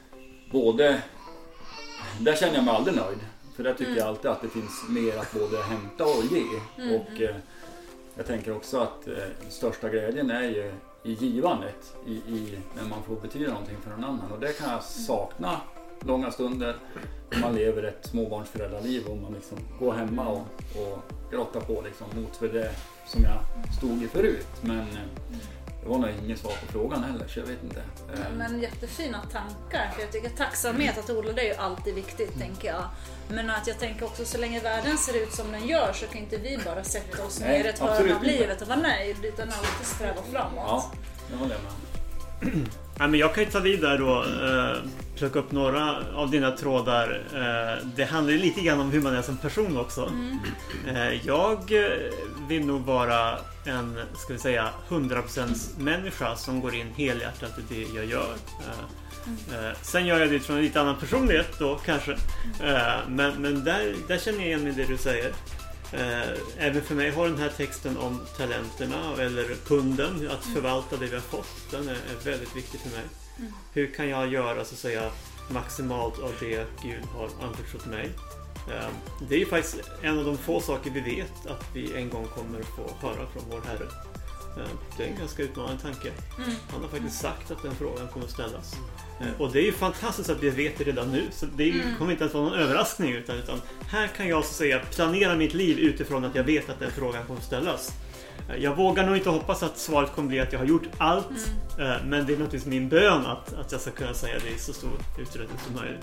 känner jag mig aldrig nöjd. För där tycker jag alltid att det finns mer att både hämta och ge. Och jag tänker också att största glädjen är ju i givandet. När man får betyda någonting för någon annan. Och det kan jag sakna långa stunder. När man lever ett småbarnsföräldraliv och man liksom går hemma och grottar på liksom mot för det som jag stod i förut. Men det var nog inget svar på frågan heller, så jag vet inte. Men jättefina tankar. För jag tycker tacksamhet att odla, det är ju alltid viktigt, tänker jag. Men att jag tänker också, så länge världen ser ut som den gör så kan inte vi bara sätta oss ner i ett hörn av livet och vara nöjd, utan alltid sträva framåt. Ja, det håller jag med. Ja, men jag kan ju ta vidare då, plocka upp några av dina trådar. Det handlar ju lite grann om hur man är som person också. Jag vill nog vara en, ska vi säga, 100% människa som går in helhjärtat i det jag gör. Sen gör jag det från en lite annan personlighet då kanske. Men där känner jag igen med det du säger. Även för mig har den här texten om talenterna eller punden, att förvalta det vi har fått, den är väldigt viktig för mig. Hur kan jag göra, så att säga, maximalt av det Gud har anförtrott mig? Det är ju faktiskt en av de få saker vi vet att vi en gång kommer få höra från vår Herre. Det är en ganska utmanande tanke. Han har faktiskt sagt att den frågan kommer att ställas. Och det är ju fantastiskt att vi vet det redan nu. Så det kommer inte att vara någon överraskning, utan här kan jag, så att säga, planera mitt liv utifrån att jag vet att den frågan kommer att ställas. Jag vågar nog inte hoppas att svaret kommer bli att jag har gjort allt. Men det är naturligtvis min bön att jag ska kunna säga det i så stor utsträckning som möjligt.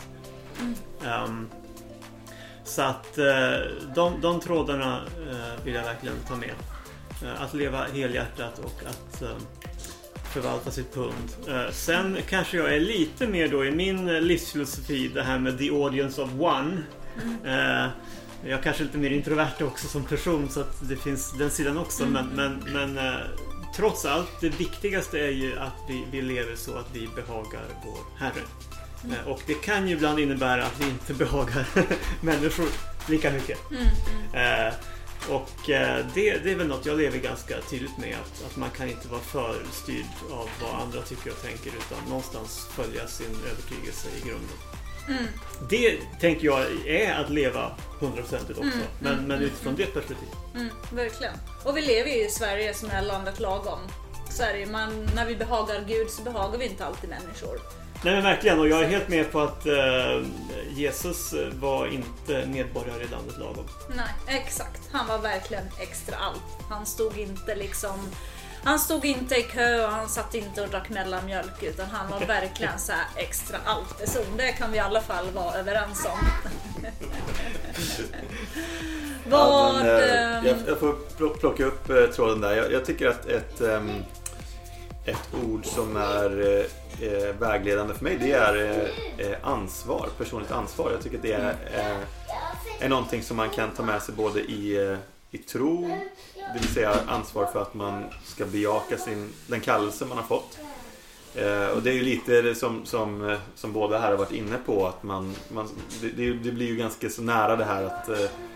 Så att de trådarna vill jag verkligen ta med. Att leva helhjärtat och att förvalta sitt pund. Sen kanske jag är lite mer då i min livsfilosofi, det här med the audience of one. Jag kanske är lite mer introvert också som person, så att det finns den sidan också. Men trots allt, det viktigaste är ju att vi lever så att vi behagar vår Herre. Och det kan ju ibland innebära att vi inte behagar människor lika mycket. Och det är väl något jag lever ganska tydligt med, att man kan inte vara för styrd av vad andra tycker och tänker, utan någonstans följa sin övertygelse i grunden. Det tänker jag är att leva 100% också, men utifrån det perspektiv. Verkligen. Och vi lever ju i Sverige som är landet lagom. Sverige, när vi behagar Gud så behagar vi inte alltid människor. Nej, men verkligen, och jag är helt med på att Jesus var inte medborgare i landet lagom. Nej, exakt. Han var verkligen extra allt. Han stod inte i kö och han satt inte och drack mellanmjölk, utan han var verkligen så här extra allt person. Det kan vi i alla fall vara överens om. Jag får plocka upp tråden där. Jag tycker att ett ord som är vägledande för mig, det är ansvar, personligt ansvar. Jag tycker att det är någonting som man kan ta med sig både i tro, det vill säga ansvar för att man ska bejaka den kallelse man har fått. Och det är ju lite som båda här har varit inne på, att det blir ju ganska så nära det här att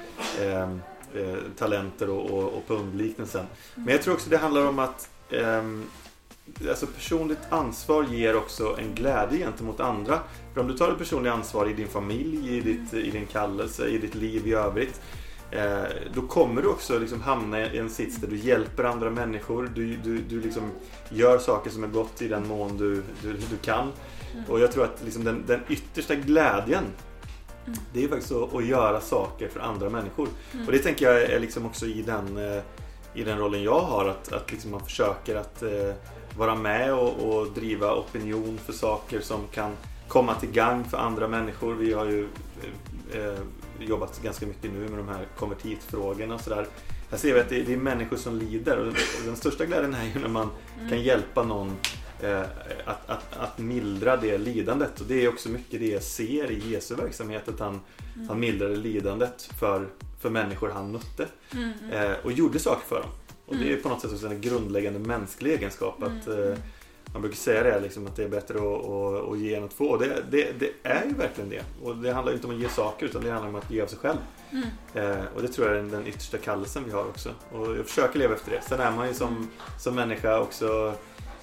talenter och pundliknelsen. Men jag tror också det handlar om att alltså personligt ansvar ger också en glädje gentemot andra. För om du tar ett personligt ansvar i din familj, i din kallelse, i ditt liv i övrigt, då kommer du också liksom hamna i en sits där du hjälper andra människor. Du liksom gör saker som är gott i den mån du kan. Och jag tror att liksom den yttersta glädjen, det är faktiskt att göra saker för andra människor. Och det tänker jag är liksom också i den rollen jag har, att liksom man försöker att vara med och driva opinion för saker som kan komma till gagn för andra människor. Vi har ju jobbat ganska mycket nu med de här konvertitfrågorna och sådär. Här ser vi att det är människor som lider, och den största glädjen är ju när man kan hjälpa någon att mildra det lidandet. Och det är också mycket det jag ser i Jesu verksamhet, att han mildrade lidandet för människor han mötte och gjorde saker för dem. Och det är på något sätt också en grundläggande mänsklig egenskap man brukar säga det liksom, att det är bättre att ge än att få. Det är ju verkligen det. Och det handlar inte om att ge saker, utan det handlar om att ge av sig själv. Och det tror jag är den yttersta kallelsen vi har också. Och jag försöker leva efter det. Sen är man ju som människa också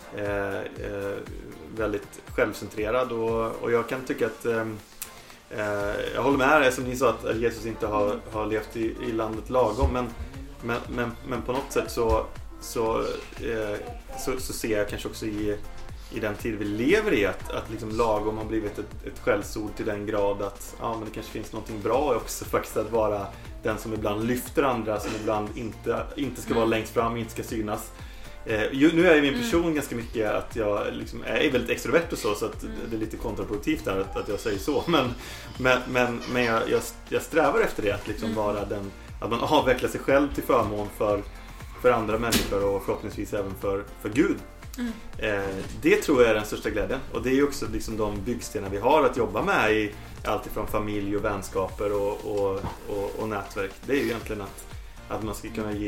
väldigt självcentrerad. Och jag kan tycka att jag håller med er som ni sa att Jesus inte har levt i landet lagom. Men på något sätt så ser jag kanske också i den tid vi lever i att liksom lagom har blivit ett skällsord till den grad att men det kanske finns någonting bra också faktiskt att vara den som ibland lyfter andra, som ibland inte ska vara längst fram, inte ska synas. Nu är ju min person ganska mycket att jag liksom är väldigt extrovert och så att det är lite kontraproduktivt där att jag säger så, men jag strävar efter det, att liksom vara den, att man avvecklar sig själv till förmån för andra människor och förhoppningsvis även för Gud. Det tror jag är den största glädjen, och det är ju också liksom de byggstenar vi har att jobba med i allt ifrån familj och vänskaper och nätverk. Det är ju egentligen att man ska kunna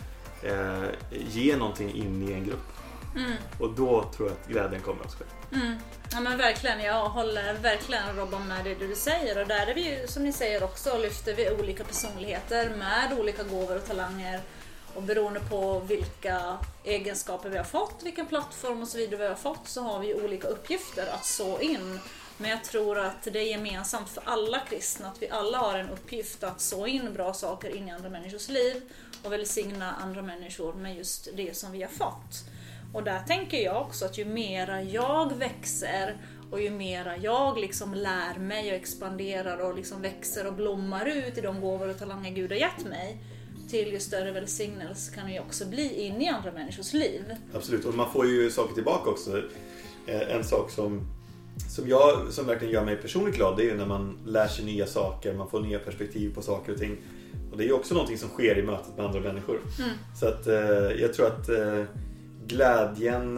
ge någonting in i en grupp. Och då tror jag att glädjen kommer också. Ja men verkligen, jag håller verkligen Robban med det du säger, och där är vi ju, som ni säger också, lyfter vi olika personligheter med olika gåvor och talanger, och beroende på vilka egenskaper vi har fått, vilken plattform och så vidare vi har fått, så har vi olika uppgifter att så in. Men jag tror att det är gemensamt för alla kristna att vi alla har en uppgift att så in bra saker in i andra människors liv och välsigna andra människor med just det som vi har fått. Och där tänker jag också att ju mera jag växer och ju mera jag liksom lär mig och expanderar och liksom växer och blommar ut i de gåvor och talanger Gud har gett mig, till ju större välsignelse kan ju också bli in i andra människors liv. Absolut, och man får ju saker tillbaka också. En sak som verkligen gör mig personligt glad, det är ju när man lär sig nya saker, man får nya perspektiv på saker och ting. Och det är ju också någonting som sker i mötet med andra människor. Så att jag tror att glädjen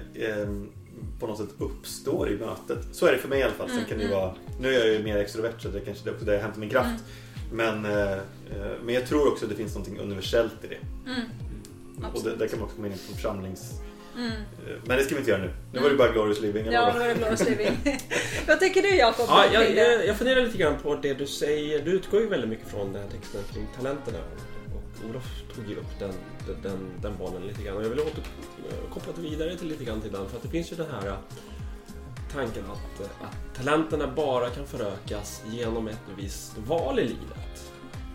på något sätt uppstår i mötet. Så är det för mig i alla fall. Sen kan det vara, nu är jag ju mer extrovert, så det kanske är också där jag hämtar min kraft. Men jag tror också att det finns någonting universellt i det. Och där kan man också komma in på församlings... Men det ska vi inte göra nu. Nu var det bara Glorious Living. Ja, nu var det Glorious Living. Vad tycker du, Jakob? Ja, jag funderar lite grann på det du säger. Du utgår ju väldigt mycket från den här texten kring talenterna. Och Olof tog ju upp den banan lite grann. Och jag vill koppla det vidare till lite grann till den. För att det finns ju den här tanken att talenterna bara kan förökas genom ett visst val i livet.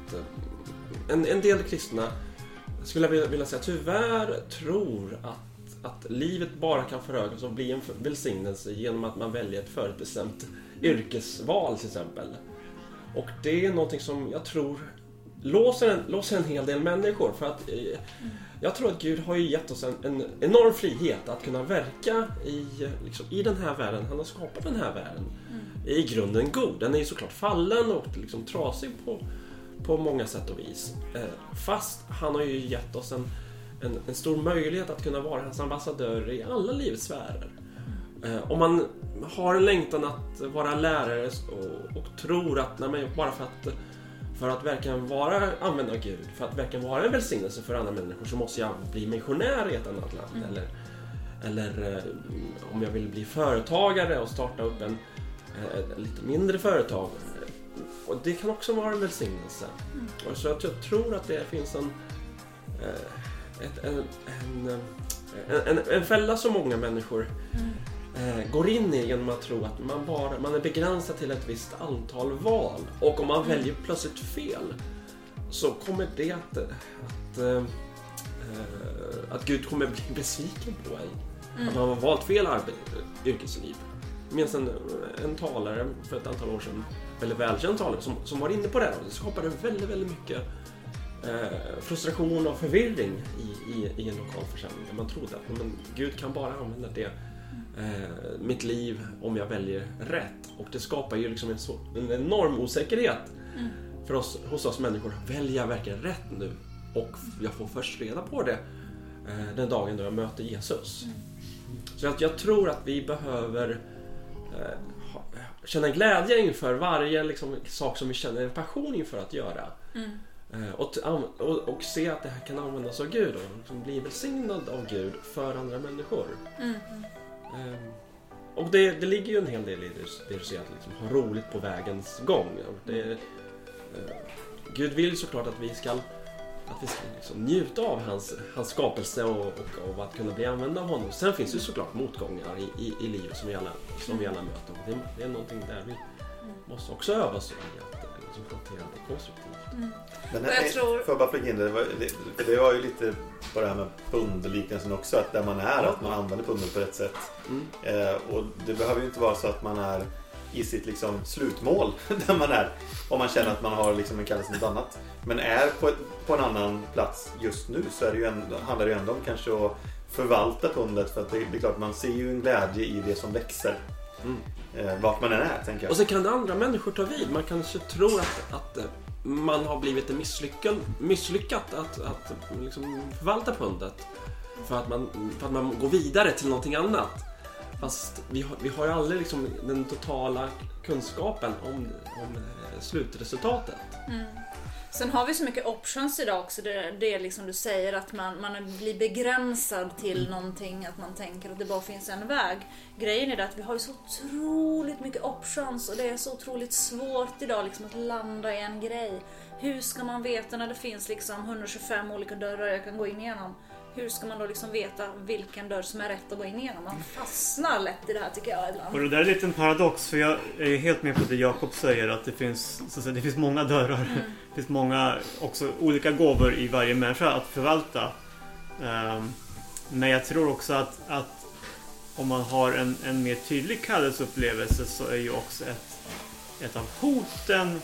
En del kristna skulle jag vilja säga tyvärr tror att livet bara kan förökas och bli en välsignelse genom att man väljer ett förutbestämt yrkesval till exempel. Och det är någonting som jag tror låser en hel del människor, för att jag tror att Gud har ju gett oss en enorm frihet att kunna verka i den här världen. Han har skapat den här världen i grunden god. Den är ju såklart fallen och liksom trasig på många sätt och vis. Fast han har ju gett oss en stor möjlighet att kunna vara hans ambassadör i alla livets sfärer. Om man har en längtan att vara lärare och tror att bara för att verkligen vara använd av Gud, för att verkligen vara en välsignelse för andra människor, så måste jag bli missionär i ett annat land. Eller om jag vill bli företagare och starta upp ett lite mindre företag. Och det kan också vara en välsignelse. Så jag tror att det finns en fälla som många människor går in i genom att tro att man är begränsad till ett visst antal val. Och om man väljer plötsligt fel, så kommer det att Gud kommer bli besviken på en. Att man har valt fel yrkesliv. Jag minns en talare för ett antal år sedan, väldigt välkänd talare, som var inne på det. Det skapade väldigt, väldigt mycket frustration och förvirring i en lokal församling. Man trodde att Gud kan bara använda det mitt liv om jag väljer rätt. Och det skapar ju liksom en enorm osäkerhet hos oss människor. Väljer jag verkligen rätt nu? Och jag får först reda på det den dagen då jag möter Jesus. Så att jag tror att vi behöver känna glädje inför varje liksom, sak som vi känner en passion inför att göra. Och se att det här kan användas av Gud och liksom bli välsignad av Gud för andra människor. Och det ligger ju en hel del i det du säger, att liksom ha roligt på vägens gång. Gud vill såklart att vi ska liksom njuta av hans skapelse och av att kunna bli använda av honom. Sen finns det såklart motgångar i livet som vi alla möter. Och det är någonting där vi måste också öva oss i att liksom hantera det konstruktivt. Men får jag bara flika in det var ju lite på det här med pundliknelsen också, att där man är, att man använder punden på rätt sätt. Och det behöver ju inte vara så att man är i sitt liksom slutmål där man är, om man känner att man har liksom en kallelse något annat, men är på en annan plats just nu, så är det ju handlar det ju ändå om kanske att förvalta pundet, för att det är klart man ser ju en glädje i det som växer. Vart man än är, tänker jag. Och så kan det andra människor ta vid. Man kanske tror att man har blivit misslyckat att liksom förvalta pundet för att man går vidare till någonting annat. Fast vi har ju aldrig liksom den totala kunskapen om slutresultatet. Sen har vi så mycket options idag också. Det är liksom du säger, att man blir begränsad till någonting, att man tänker att det bara finns en väg. Grejen är det att vi har ju så otroligt mycket options, och det är så otroligt svårt idag liksom att landa i en grej. Hur ska man veta när det finns liksom 125 olika dörrar jag kan gå in igenom? Hur ska man då liksom veta vilken dörr som är rätt att gå in igenom? Man fastnar lätt i det här, tycker jag ibland. Och det där är lite en paradox, för jag är helt med på det Jakob säger, att det finns många dörrar. Det finns många också olika gåvor i varje människa att förvalta. Men jag tror också att om man har en mer tydlig kallelseupplevelse, så är ju också ett av hoten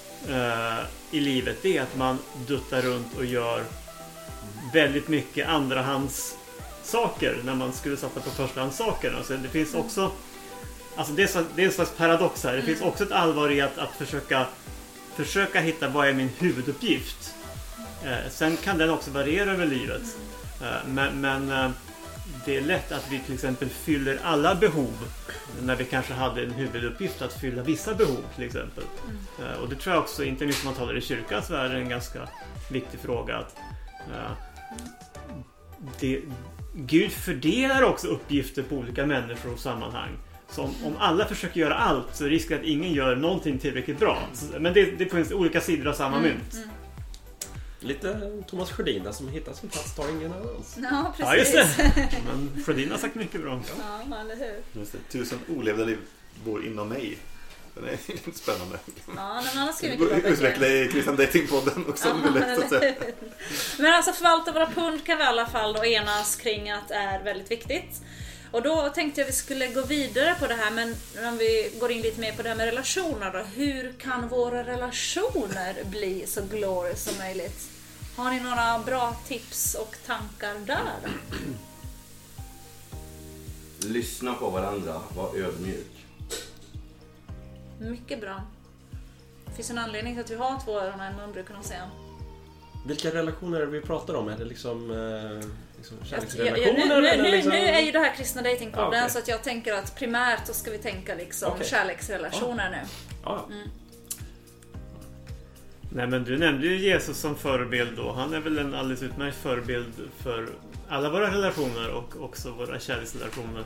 i livet, det är att man duttar runt och gör väldigt mycket andrahands saker när man skulle satsa på förstahandssaker. Alltså det finns också, alltså det är en slags paradox här. Det finns också ett allvar i att försöka hitta vad är min huvuduppgift. Sen kan den också variera över livet. Men det är lätt att vi till exempel fyller alla behov när vi kanske hade en huvuduppgift att fylla vissa behov till exempel. Och det tror jag också, inte minst om man talar i kyrkan, så är det en ganska viktig fråga att Gud fördelar också uppgifter på olika människor och sammanhang. Så om alla försöker göra allt, så är risken att ingen gör någonting tillräckligt bra. Men det finns olika sidor av samma mynt. Lite Thomas Sjödin som hittar sin plats, tar ingen annans. Ja, precis. Ja, just det. Men Sjödin har sagt mycket bra. Ja, eller hur? Just det. 1000 olevda liv bor inom mig. Det är lite spännande. Ja, men annars skulle vi utveckla i Christian Dating-podden också. Men alltså, förvalta våra pund kan vi i alla fall då enas kring att är väldigt viktigt. Och då tänkte jag vi skulle gå vidare på det här, men om vi går in lite mer på det här med relationer då. Hur kan våra relationer bli så glorious som möjligt? Har ni några bra tips och tankar där? Lyssna på varandra, var ödmjuk. Mycket bra. Det finns en anledning till att vi har 2 öron än man brukar kunna säga. Vilka relationer vi pratar om? Är det liksom kärleksrelationer? Nu är ju det här kristna datingpodden, okay. Så att jag tänker att primärt så ska vi tänka liksom kärleksrelationer nu. Nej, men du nämnde ju Jesus som förebild då. Han är väl en alldeles utmärkt förebild för alla våra relationer och också våra kärleksrelationer.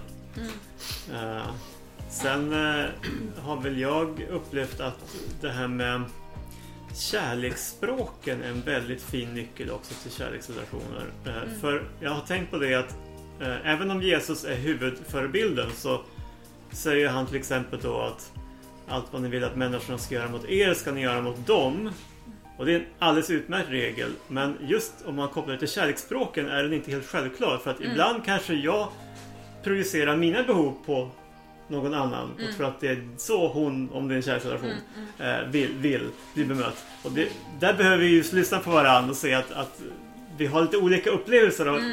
Sen har väl jag upplevt att det här med kärleksspråken är en väldigt fin nyckel också till kärleksrelationer. För jag har tänkt på det att även om Jesus är huvudförebilden, så säger han till exempel då att allt vad ni vill att människorna ska göra mot er ska ni göra mot dem. Och det är en alldeles utmärkt regel. Men just om man kopplar det till kärleksspråken är den inte helt självklar. För att ibland kanske jag projicerar mina behov på någon annan och tror att det är så hon, om det är en kärleksrelation, vill bli bemött. Och där behöver vi ju lyssna på varandra och se att vi har lite olika upplevelser av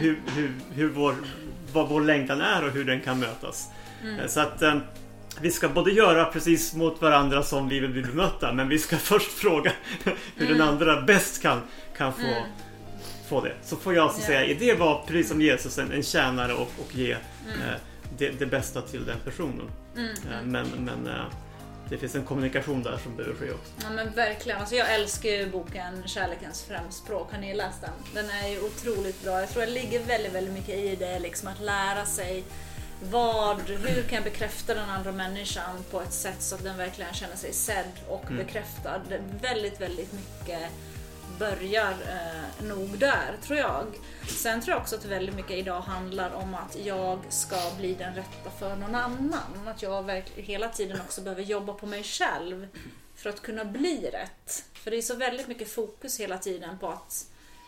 vad vår längtan är och hur den kan mötas. Så att vi ska både göra precis mot varandra som vi vill bli bemötta, men vi ska först fråga hur den andra bäst kan få det. Så får jag alltså säga, är det var precis som Jesus en tjänare och ge det bästa till den personen. Men det finns en kommunikation där som behöver ske också. Ja, men verkligen. Alltså, jag älskar ju boken Kärlekens främspråk. Har ni läst den? Den är ju otroligt bra. Jag tror det ligger väldigt, väldigt mycket i det, liksom att lära sig hur kan jag bekräfta den andra människan på ett sätt så att den verkligen känner sig sedd och bekräftad. Väldigt, väldigt mycket börjar nog där, tror jag. Sen tror jag också att väldigt mycket idag handlar om att jag ska bli den rätta för någon annan. Att jag hela tiden också behöver jobba på mig själv för att kunna bli rätt. För det är så väldigt mycket fokus hela tiden på att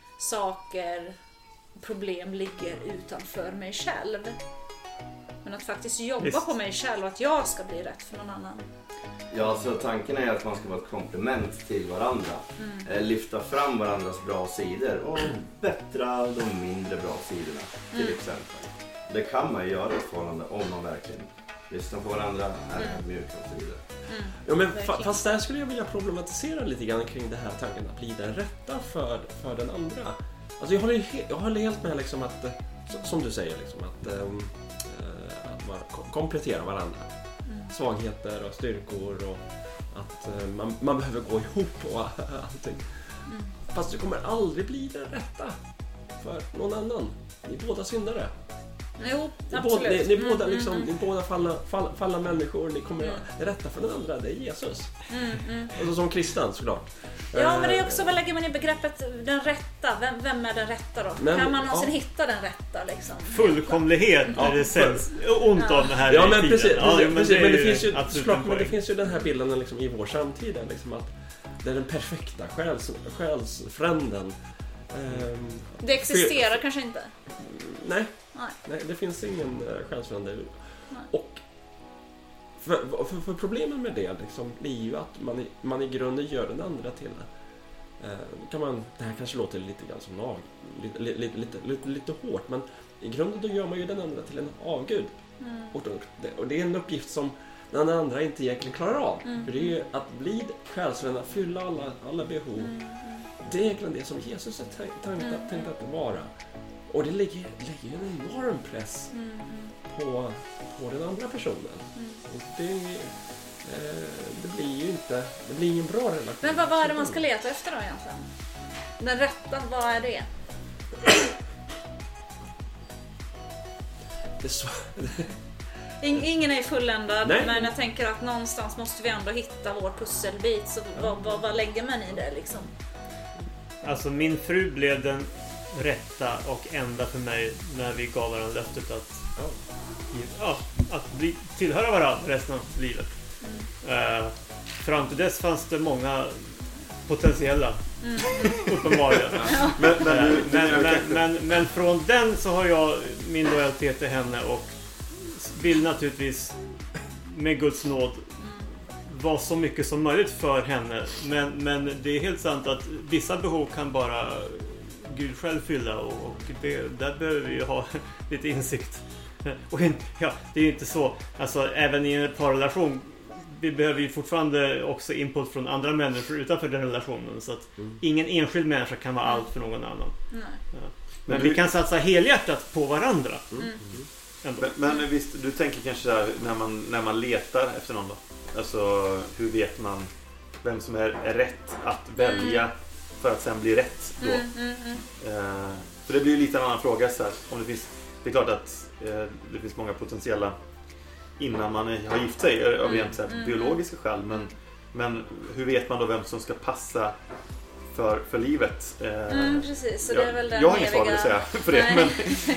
problem ligger utanför mig själv. Men att faktiskt jobba på mig själv och att jag ska bli rätt för någon annan. Ja, så tanken är att man ska vara ett komplement till varandra. Lyfta fram varandras bra sidor och bättra de mindre bra sidorna, till exempel. Det kan man ju göra i förhållande om man verkligen lyssnar på varandra, är mjuka och så vidare. Ja, men fast där skulle jag vilja problematisera lite grann kring det här tanken att bli den rätta för den andra. Alltså jag håller helt med liksom att, som du säger, liksom, att man kompletterar varandra. Svagheter och styrkor och att man behöver gå ihop och allting. Fast du kommer aldrig bli den rätta för någon annan. Ni är båda syndare. Jo, absolut. Ni är båda liksom, ni är båda falla människor. Ni kommer det rätta för den andra, det är Jesus. Och så som kristen, såklart. Ja, men det är också, vad lägger man i begreppet den rätta? Vem är den rätta då? Kan man någonsin hitta den rätta liksom? Fullkomlighet är det sämst ont om det här. Ja, men precis. Men det finns ju såklart, men det finns ju den här bilden liksom i vår samtid liksom att det är den perfekta själsfränden. Det existerar kanske inte. Nej, det finns ingen själsfrände. Och för problemen med det liksom blir ju att man i grunden gör den andra till det här kanske låter lite grann som lite hårt, men i grunden då gör man ju den andra till en avgud. Och det är en uppgift som den andra inte egentligen klarar av. För det är ju att bli själsfrände, fylla alla behov. Det är egentligen det som Jesus är tänkt att vara. Och det lägger en enorm press på den andra personen. Och det blir ingen bra relation. Men vad är det man ska leta efter då egentligen? Den rätta, vad är det? Det är så... Ingen är fulländad, men jag tänker att någonstans måste vi ändå hitta vår pusselbit. Så vad lägger man i det liksom? Alltså min fru blev den rätta och enda för mig när vi gav varandra löftet att tillhöra varandra resten av livet. Fram till dess fanns det många potentiella uppenbarligen. Men från den så har jag min lojalitet till henne och vill naturligtvis med Guds nåd vara så mycket som möjligt för henne. Men det är helt sant att vissa behov kan bara Gud själv fylla och där behöver vi ju ha lite insikt. Och ja, det är ju inte så. Alltså även i en parrelation vi behöver ju fortfarande också input från andra människor utanför den relationen. Så att ingen enskild människa kan vara allt för någon annan. Ja. Men vi kan satsa helhjärtat på varandra. Men visst, du tänker kanske där när man letar efter någon då? Alltså hur vet man vem som är rätt att välja för att sen bli rätt då? För det blir ju lite en annan fråga så här, om det är klart att det finns många potentiella innan man har gift sig av rent biologiska skäl, men hur vet man då vem som ska passa för livet? Precis, så det är väl den jag har inget svar att säga för det,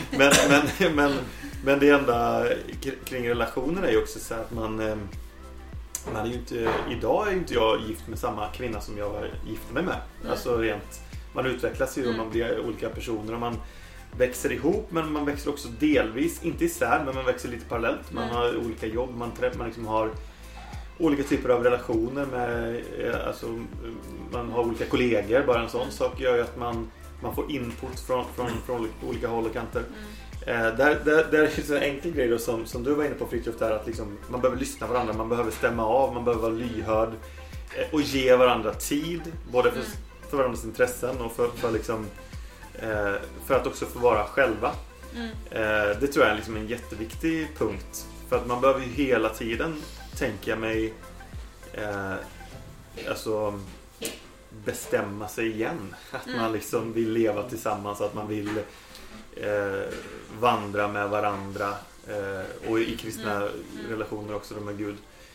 men det enda kring relationer är ju också så att man är ju inte, idag är ju inte jag gift med samma kvinna som jag gifte mig med. Alltså rent, man utvecklas ju och man blir olika personer och man växer ihop, men man växer också delvis, inte isär, men man växer lite parallellt. Man har olika jobb, man liksom har olika typer av relationer med, alltså man har olika kollegor, bara en sån sak gör ju att man får input från olika håll och kanter. Där är det en enkel grej då, som du var inne på Fritiof där, att liksom, man behöver lyssna på varandra, man behöver stämma av, man behöver vara lyhörd och ge varandra tid, både för varandras intressen och för liksom för att också få vara själva. Det tror jag är liksom en jätteviktig punkt, för att man behöver ju hela tiden, tänka mig, alltså bestämma sig igen att man liksom vill leva tillsammans, att man vill vandra med varandra Och i kristna relationer också då med Gud.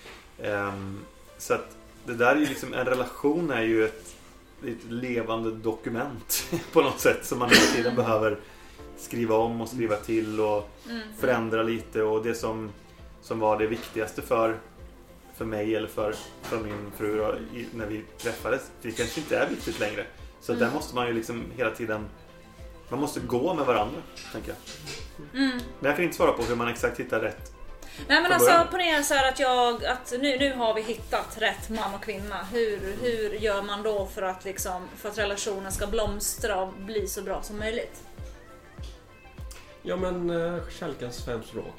Så att det där är ju liksom, en relation är ju ett levande dokument på något sätt som man hela tiden behöver skriva om och skriva till och förändra lite. Och det som var det viktigaste för mig eller för min fru då, när vi träffades, det kanske inte är viktigt längre. Så där måste man ju liksom hela tiden, man måste gå med varandra, tänker jag. Men jag kan inte svara på hur man exakt hittar rätt. Nej, men alltså ponera så här att nu har vi hittat rätt man och kvinna. Hur gör man då för att relationen ska blomstra och bli så bra som möjligt? Ja, men kärlekens 5 språk.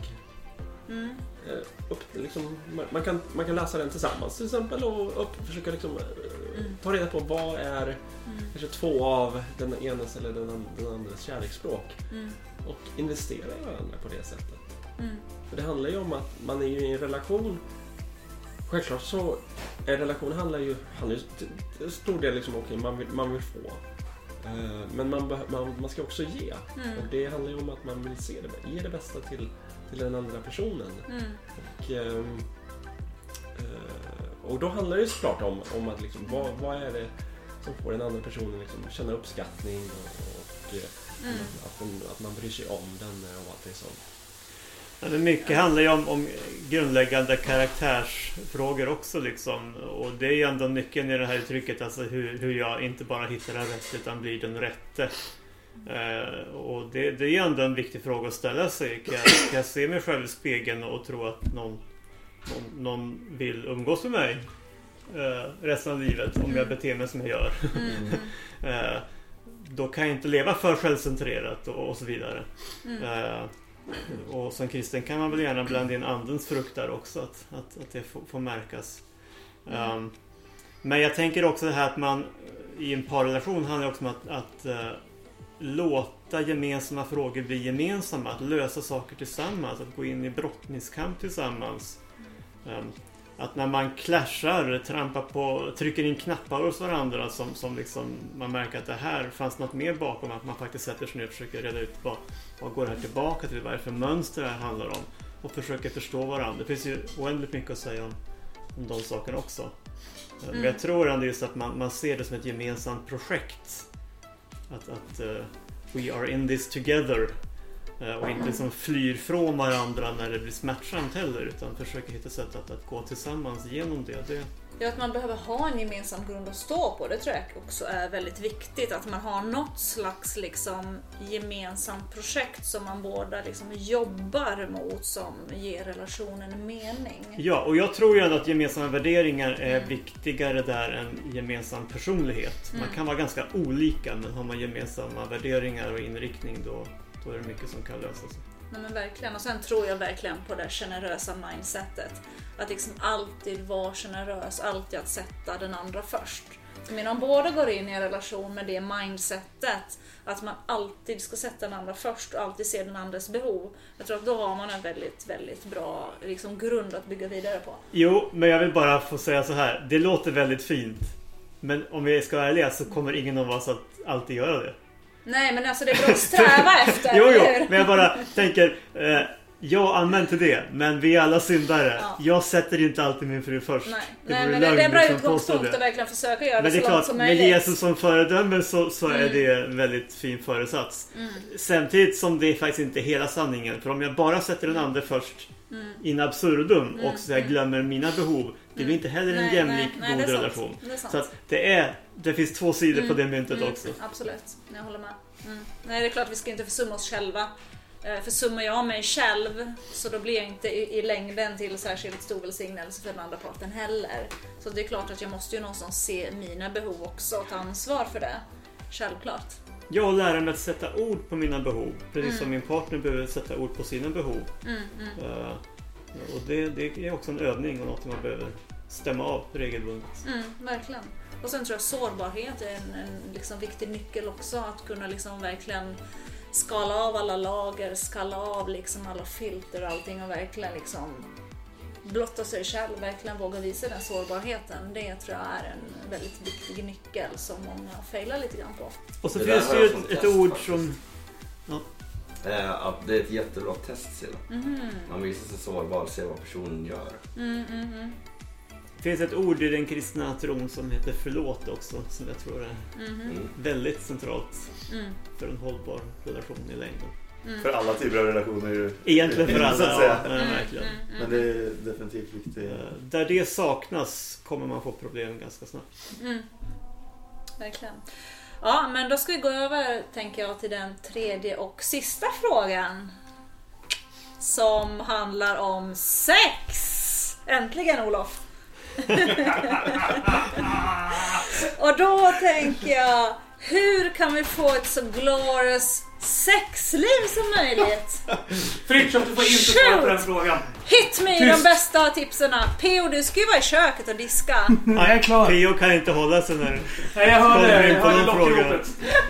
Man kan läsa den tillsammans till exempel och försöka ta reda på vad är kanske 2 av den enes eller den andres kärleksspråk och investera i varandra på det sättet. För det handlar ju om att man är ju i en relation. Självklart så är relation handlar ju till stor del man vill få. Men man ska också ge. Och det handlar ju om att man vill ge det bästa till den andra personen. Och då handlar det ju såklart om att vad är det som får den andra personen känna uppskattning och att man bryr sig om den och allt det sånt. Ja, det mycket handlar ju om grundläggande karaktärsfrågor också och det är ju ändå nyckeln i det här uttrycket, alltså hur jag inte bara hittar den rätt utan blir den rätte. Och det är ju ändå en viktig fråga att ställa sig. Kan jag se mig själv i spegeln och tro att någon vill umgås med mig resten av livet om jag beter mig som jag gör? Då kan jag inte leva för självcentrerat och så vidare. Och som kristen kan man väl gärna blanda in andens frukt där också, att det får märkas. Men jag tänker också det här att man i en parrelation handlar också om att låta gemensamma frågor bli gemensamma, att lösa saker tillsammans, att gå in i brottningskamp tillsammans. Att när man clashar, trycker in knappar hos varandra som man märker att det här fanns något mer bakom, att man faktiskt sätter sig ner och försöker reda ut vad går det här tillbaka till, vad är det för mönster det här handlar om, och försöker förstå varandra. Det finns ju oändligt mycket att säga om de sakerna också. Men jag tror ändå just att man ser det som ett gemensamt projekt, att we are in this together. Och inte flyr från varandra när det blir smärtsamt heller, utan försöker hitta sätt att gå tillsammans genom det. Ja, att man behöver ha en gemensam grund att stå på, det tror jag också är väldigt viktigt. Att man har något slags gemensamt projekt som man båda jobbar mot, som ger relationen mening. Ja, och jag tror ju ändå att gemensamma värderingar är viktigare där än gemensam personlighet. Man kan vara ganska olika, men har man gemensamma värderingar och inriktning då är det mycket som kan lösas. Nej, men verkligen. Och sen tror jag verkligen på det generösa mindsetet. Att alltid vara generös, alltid att sätta den andra först. Men om båda går in i en relation med det mindsetet, att man alltid ska sätta den andra först och alltid se den andras behov, jag tror att då har man en väldigt, väldigt bra grund att bygga vidare på. Jo, men jag vill bara få säga så här. Det låter väldigt fint, men om vi ska vara ärliga så kommer ingen av oss att alltid göra det. Nej, men det är bra att sträva efter. Jo, men jag bara tänker, jag använder till det, men vi är alla syndare. Ja. Jag sätter inte alltid min fru först. Nej, men det är en bra utgångspunkt att verkligen försöka göra det så långt som möjligt. Med Jesus som föredöme så är det en väldigt fin föresats. Samtidigt som det är faktiskt inte hela sanningen. För om jag bara sätter den andra först in absurdum och så jag glömmer mina behov, det blir inte heller en jämlik god relation. Så att det finns 2 sidor på det myntet också. Absolut, jag håller med. Nej, det är klart vi ska inte försumma oss själva. Försummar jag mig själv, så då blir jag inte i längden till särskilt stor välsignelse för den andra parten heller. Så det är klart att jag måste ju någonstans se mina behov också och ta ansvar för det. Självklart. Jag lär mig att sätta ord på mina behov, precis som min partner behöver sätta ord på sina behov. Och det är också en övning och något man behöver stämma av regelbundet. Verkligen. Och sen tror jag sårbarhet är en viktig nyckel också, att kunna verkligen skala av alla lager, skala av alla filter och allting, och verkligen blotta sig själv, verkligen våga visa den sårbarheten. Det tror jag är en väldigt viktig nyckel som många failar lite grann på. Och så finns det ju ett ord som... Ja. Att det är ett jättebra test sedan. Man visar sig sårbar, ser vad personen gör. Det finns ett ord i den kristna tron som heter förlåt också, som jag tror är väldigt centralt för en hållbar relation i längden. För alla typer av relationer. Egentligen för alla, så att säga. verkligen. Men det är definitivt viktigt. Där det saknas kommer man få problem ganska snabbt. Verkligen. Ja, men då ska vi gå över, tänker jag, till den tredje och sista frågan. Som handlar om sex. Äntligen, Olof. Och då tänker jag, hur kan vi få ett så glorious sexliv som möjligt? Fritiof, du får inte svara på den frågan. Hit me de bästa tipserna. P.O. du ska ju vara i köket och diska. Ja, jag är klar. P.O. kan inte hålla sig när... Nej, jag hör det. Jag hör lockropet.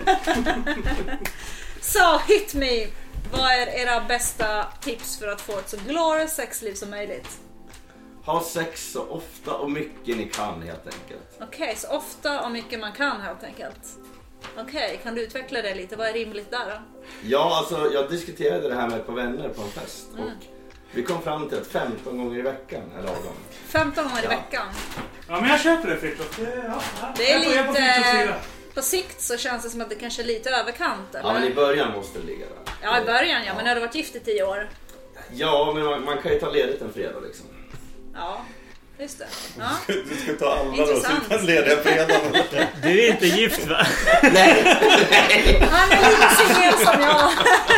Så, hit me. Vad är era bästa tips för att få ett så glorious sexliv som möjligt? Ha sex så ofta och mycket ni kan, helt enkelt. Okej, så ofta och mycket man kan, helt enkelt. Okej, kan du utveckla det lite? Vad är rimligt där då? Ja, alltså jag diskuterade det här med ett par vänner på en fest. Och vi kom fram till att 15 gånger i veckan är lagom. 15 gånger i veckan? Ja, men jag köper det, Fritiof. Det är lite... På sikt så känns det som att det kanske är lite överkant, eller? Ja, men i början måste det ligga där. Ja, i början, ja. Men när du varit gift i 10 år? Ja, men man kan ju ta ledigt en fredag liksom. Ja, just det. Ja. Du ska ta alla då, så du kan lediga fredag. Du är inte gift, va? Nej. Han är lite singel som jag.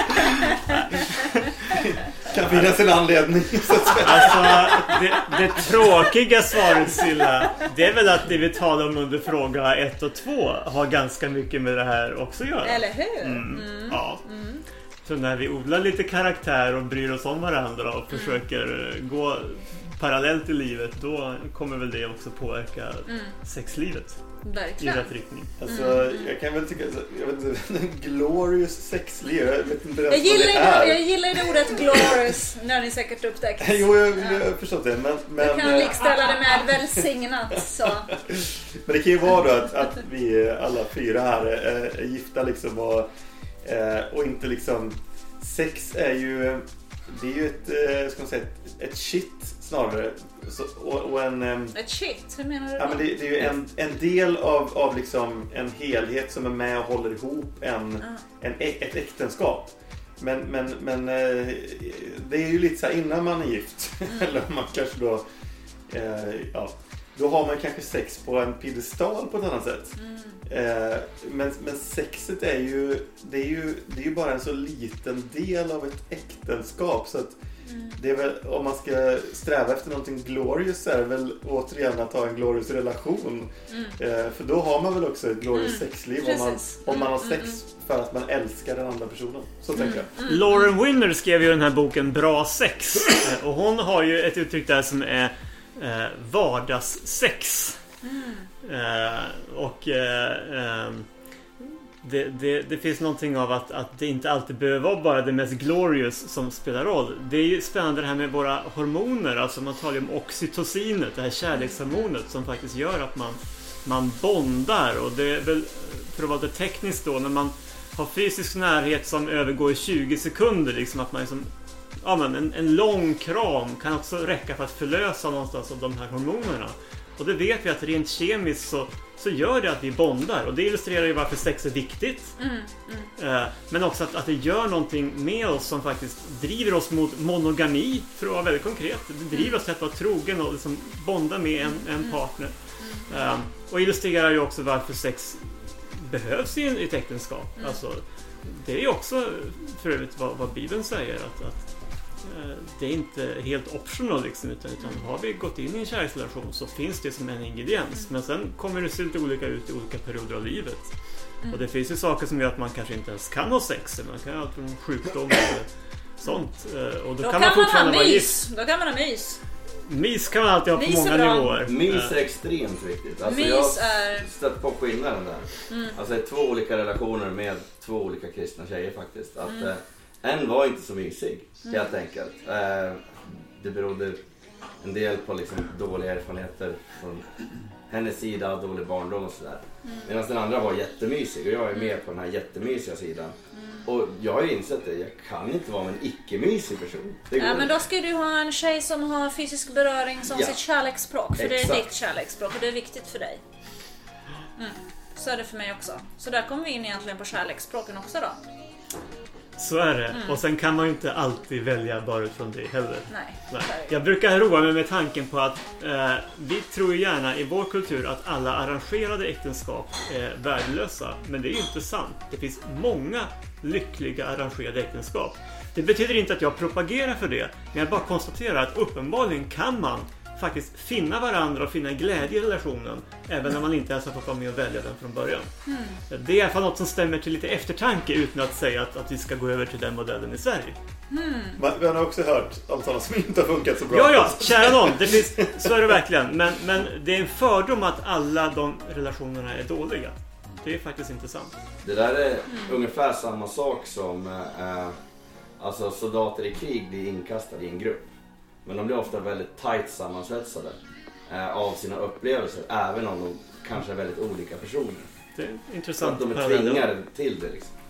Kan finnas en anledning. Alltså, det tråkiga svaret, Silla, det är väl att det vi talar om under fråga 1 och 2 har ganska mycket med det här också att göra. Eller hur? Ja. Så när vi odlar lite karaktär och bryr oss om varandra och försöker gå parallellt i livet, då kommer väl det också påverka sexlivet. Verkligen. I rätt riktning. Alltså, jag kan väl tycka, jag vet inte, en glorious sexliv, jag vet inte ens jag gillar det ordet glorious, när ni säkert upptäckt. Jo, jag har förstått det, men jag kan likställa det med välsignat, så. Men det kan ju vara då att vi alla 4 här är gifta liksom, och inte liksom, sex är ju, det är ju ett, ska man säga, ett shit snarare. Och ett shit, hur menar du då? Ja, men det är ju en del av liksom en helhet som är med och håller ihop ett äktenskap. Men det är ju lite så här innan man är gift. Eller man kanske då då har man kanske sex på en piedestal på ett annat sätt. Men sexet är ju bara en så liten del av ett äktenskap, så att det är väl, om man ska sträva efter någonting glorious, är det väl återigen att ha en glorious relation. För då har man väl också ett glorious sexliv om man har sex för att man älskar den andra personen. Så tänker jag. Lauren Winner skrev ju den här boken Bra sex. Och hon har ju ett uttryck där som är vardagssex. Det finns någonting av att det inte alltid behöver vara bara det mest glorious som spelar roll. Det är ju spännande det här med våra hormoner. Alltså man talar ju om oxytocinet, det här kärlekshormonet som faktiskt gör att man bondar. Och det är väl, för att vara det tekniskt då, när man har fysisk närhet som övergår i 20 sekunder, liksom att man liksom, ja, men en lång kram kan också räcka för att förlösa någonstans av de här hormonerna. Och det vet vi att rent kemiskt så gör det att vi bondar. Och det illustrerar ju varför sex är viktigt. Men också att det gör någonting med oss som faktiskt driver oss mot monogami, för att vara väldigt konkret. Det driver oss till att vara trogen och liksom bonda med en partner. Och illustrerar ju också varför sex behövs i ett äktenskap. Alltså, det är ju också för övrigt vad Bibeln säger, att det är inte helt optional liksom, utan har vi gått in i en kärleksrelation så finns det som en ingrediens. Men sen kommer det se lite olika ut i olika perioder av livet. Och det finns ju saker som gör att man kanske inte ens kan ha sex. Man kan ha en sjukdom eller sånt. Och då kan man fortfarande vara gift. Då kan man ha mys. Mys kan man alltid ha på många nivåer. Mys är extremt viktigt. Alltså jag har stött på skillnaden där. Alltså det är 2 olika relationer med 2 olika kristna tjejer faktiskt. Att en var inte så mysig, helt enkelt. Det berodde en del på liksom dåliga erfarenheter från hennes sida, dålig barndom och sådär. Medan den andra var jättemysig, och jag är med på den här jättemysiga sidan. Och jag har ju insett det, jag kan inte vara en icke-mysig person. Ja, men då ska du ha en tjej som har fysisk beröring som sitt kärleksspråk. För det är ditt kärleksspråk och det är viktigt för dig. Så är det för mig också. Så där kommer vi in egentligen på kärleksspråken också då. Så är det. Och sen kan man ju inte alltid välja bara utifrån det heller. Nej. Jag brukar roa mig med tanken på att vi tror ju gärna i vår kultur att alla arrangerade äktenskap är värdelösa. Men det är ju inte sant. Det finns många lyckliga arrangerade äktenskap. Det betyder inte att jag propagerar för det. Men jag bara konstaterar att uppenbarligen kan man faktiskt finna varandra och finna glädje i relationen även när man inte ens har fått vara med och välja den från början. Det är i alla fall något som stämmer till lite eftertanke utan att säga att vi ska gå över till den modellen i Sverige. Vi har också hört om sådana som inte har funkat så bra. Ja, kära någon. Det finns, så är det verkligen. Men det är en fördom att alla de relationerna är dåliga. Det är faktiskt inte sant. Det där är ungefär samma sak som alltså soldater i krig blir inkastade i en grupp. Men de blir ofta väldigt tajt sammansvetsade av sina upplevelser, även om de kanske är väldigt olika personer. Det är intressant. Att de är tvingade till det liksom.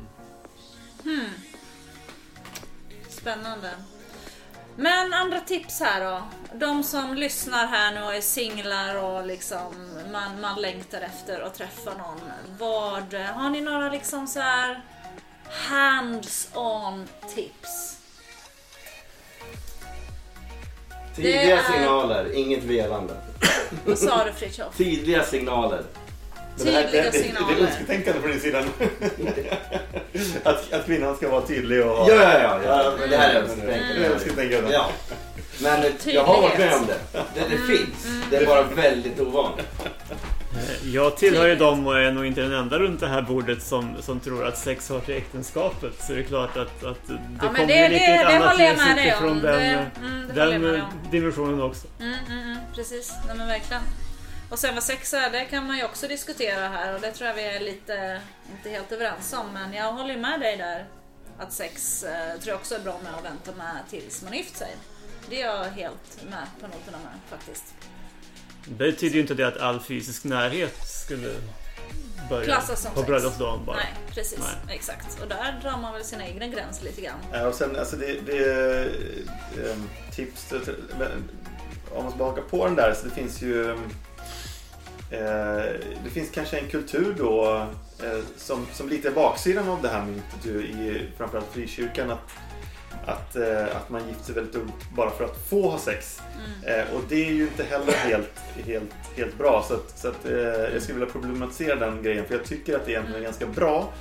Spännande. Men andra tips här då. De som lyssnar här nu och är singlar och liksom man längtar efter att träffa någon. Har ni några liksom så här hands-on tips? Tydliga signaler, inget velande. Vad sa du, Fritiof? Tydliga signaler. Tydliga signaler. Det är önsketänkande på din sidan. att kvinnan ska vara tydlig och... Ja. Men det här är önsketänkande. Ja. Men jag har varit med om det. Det finns. Det är bara väldigt ovanligt. Jag tillhör ju dem och är nog inte den enda runt det här bordet som tror att sex hör till äktenskapet. Så det är klart att det kommer lite ett annat ljus utifrån den dimensionen också. Precis, nej men verkligen. Och sen vad sex är, det kan man ju också diskutera här. Och det tror jag vi är lite, inte helt överens om. Men jag håller med dig där. Att sex tror jag också är bra med att vänta med tills man gift sig. Det är jag helt med på noterna med faktiskt. Det betyder ju inte det att all fysisk närhet skulle börja klassas som på bröllopsdagen bara. Nej, precis. Nej. Exakt. Och där drar man väl sina egna gränser lite grann. Ja, och sen, alltså det tips om man ska haka på den där, så det finns ju det finns kanske en kultur då som lite är baksidan av det här myntet i framförallt frikyrkan, att man gifter sig väldigt ungt bara för att få ha sex. Och det är ju inte heller helt bra, så att jag skulle vilja problematisera den grejen, för jag tycker att det egentligen är ganska bra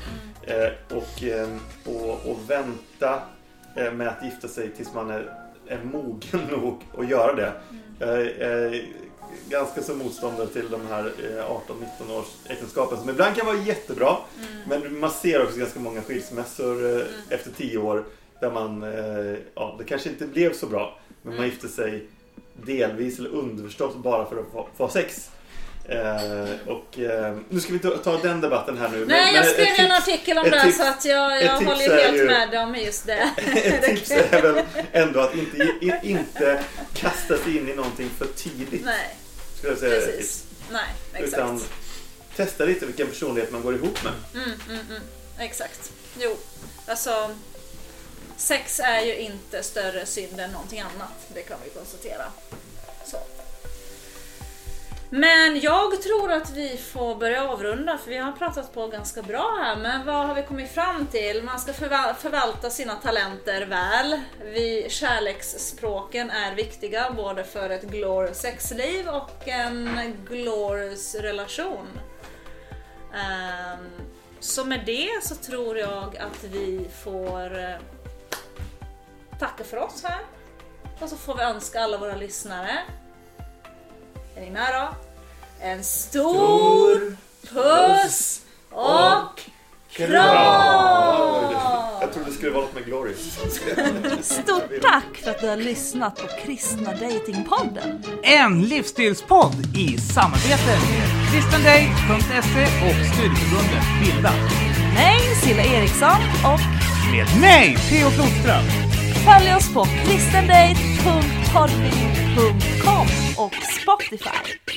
och vänta med att gifta sig tills man är mogen nog att göra det. Jag är ganska så motståndare till de här 18-19 års äktenskapen som ibland kan vara jättebra, men man ser också ganska många skilsmässor efter 10 år där man, det kanske inte blev så bra, men man gifte sig delvis eller underförstått bara för att få sex. Nu ska vi ta den debatten här nu. Nej, jag skrev en artikel om det, så att jag håller helt med om just det. Ett tips är väl ändå att inte kasta sig in i någonting för tidigt. Nej, skulle jag säga. precis. Nej, exakt. Utan testa lite vilken personlighet man går ihop med. Exakt. Jo, alltså sex är ju inte större synd än någonting annat. Det kan vi konstatera. Så. Men jag tror att vi får börja avrunda, för vi har pratat på ganska bra här. Men vad har vi kommit fram till? Man ska förvalta sina talenter väl. Kärleksspråken är viktiga både för ett glorious sexliv och en glorious relation. Så med det så tror jag att vi får tacka för oss här. Och så får vi önska alla våra lyssnare, är ni med då? En stor puss och kram! Jag trodde det skulle vara något med Glory. Stort tack för att du har lyssnat på Kristna Datingpodden. En livsstilspodd i samarbete med kristendate.se och studieförbundet Bilda. Mig, Silla Eriksson, och Med mig, Theo Flodström. följ oss på kristendate.podbean.com och Spotify.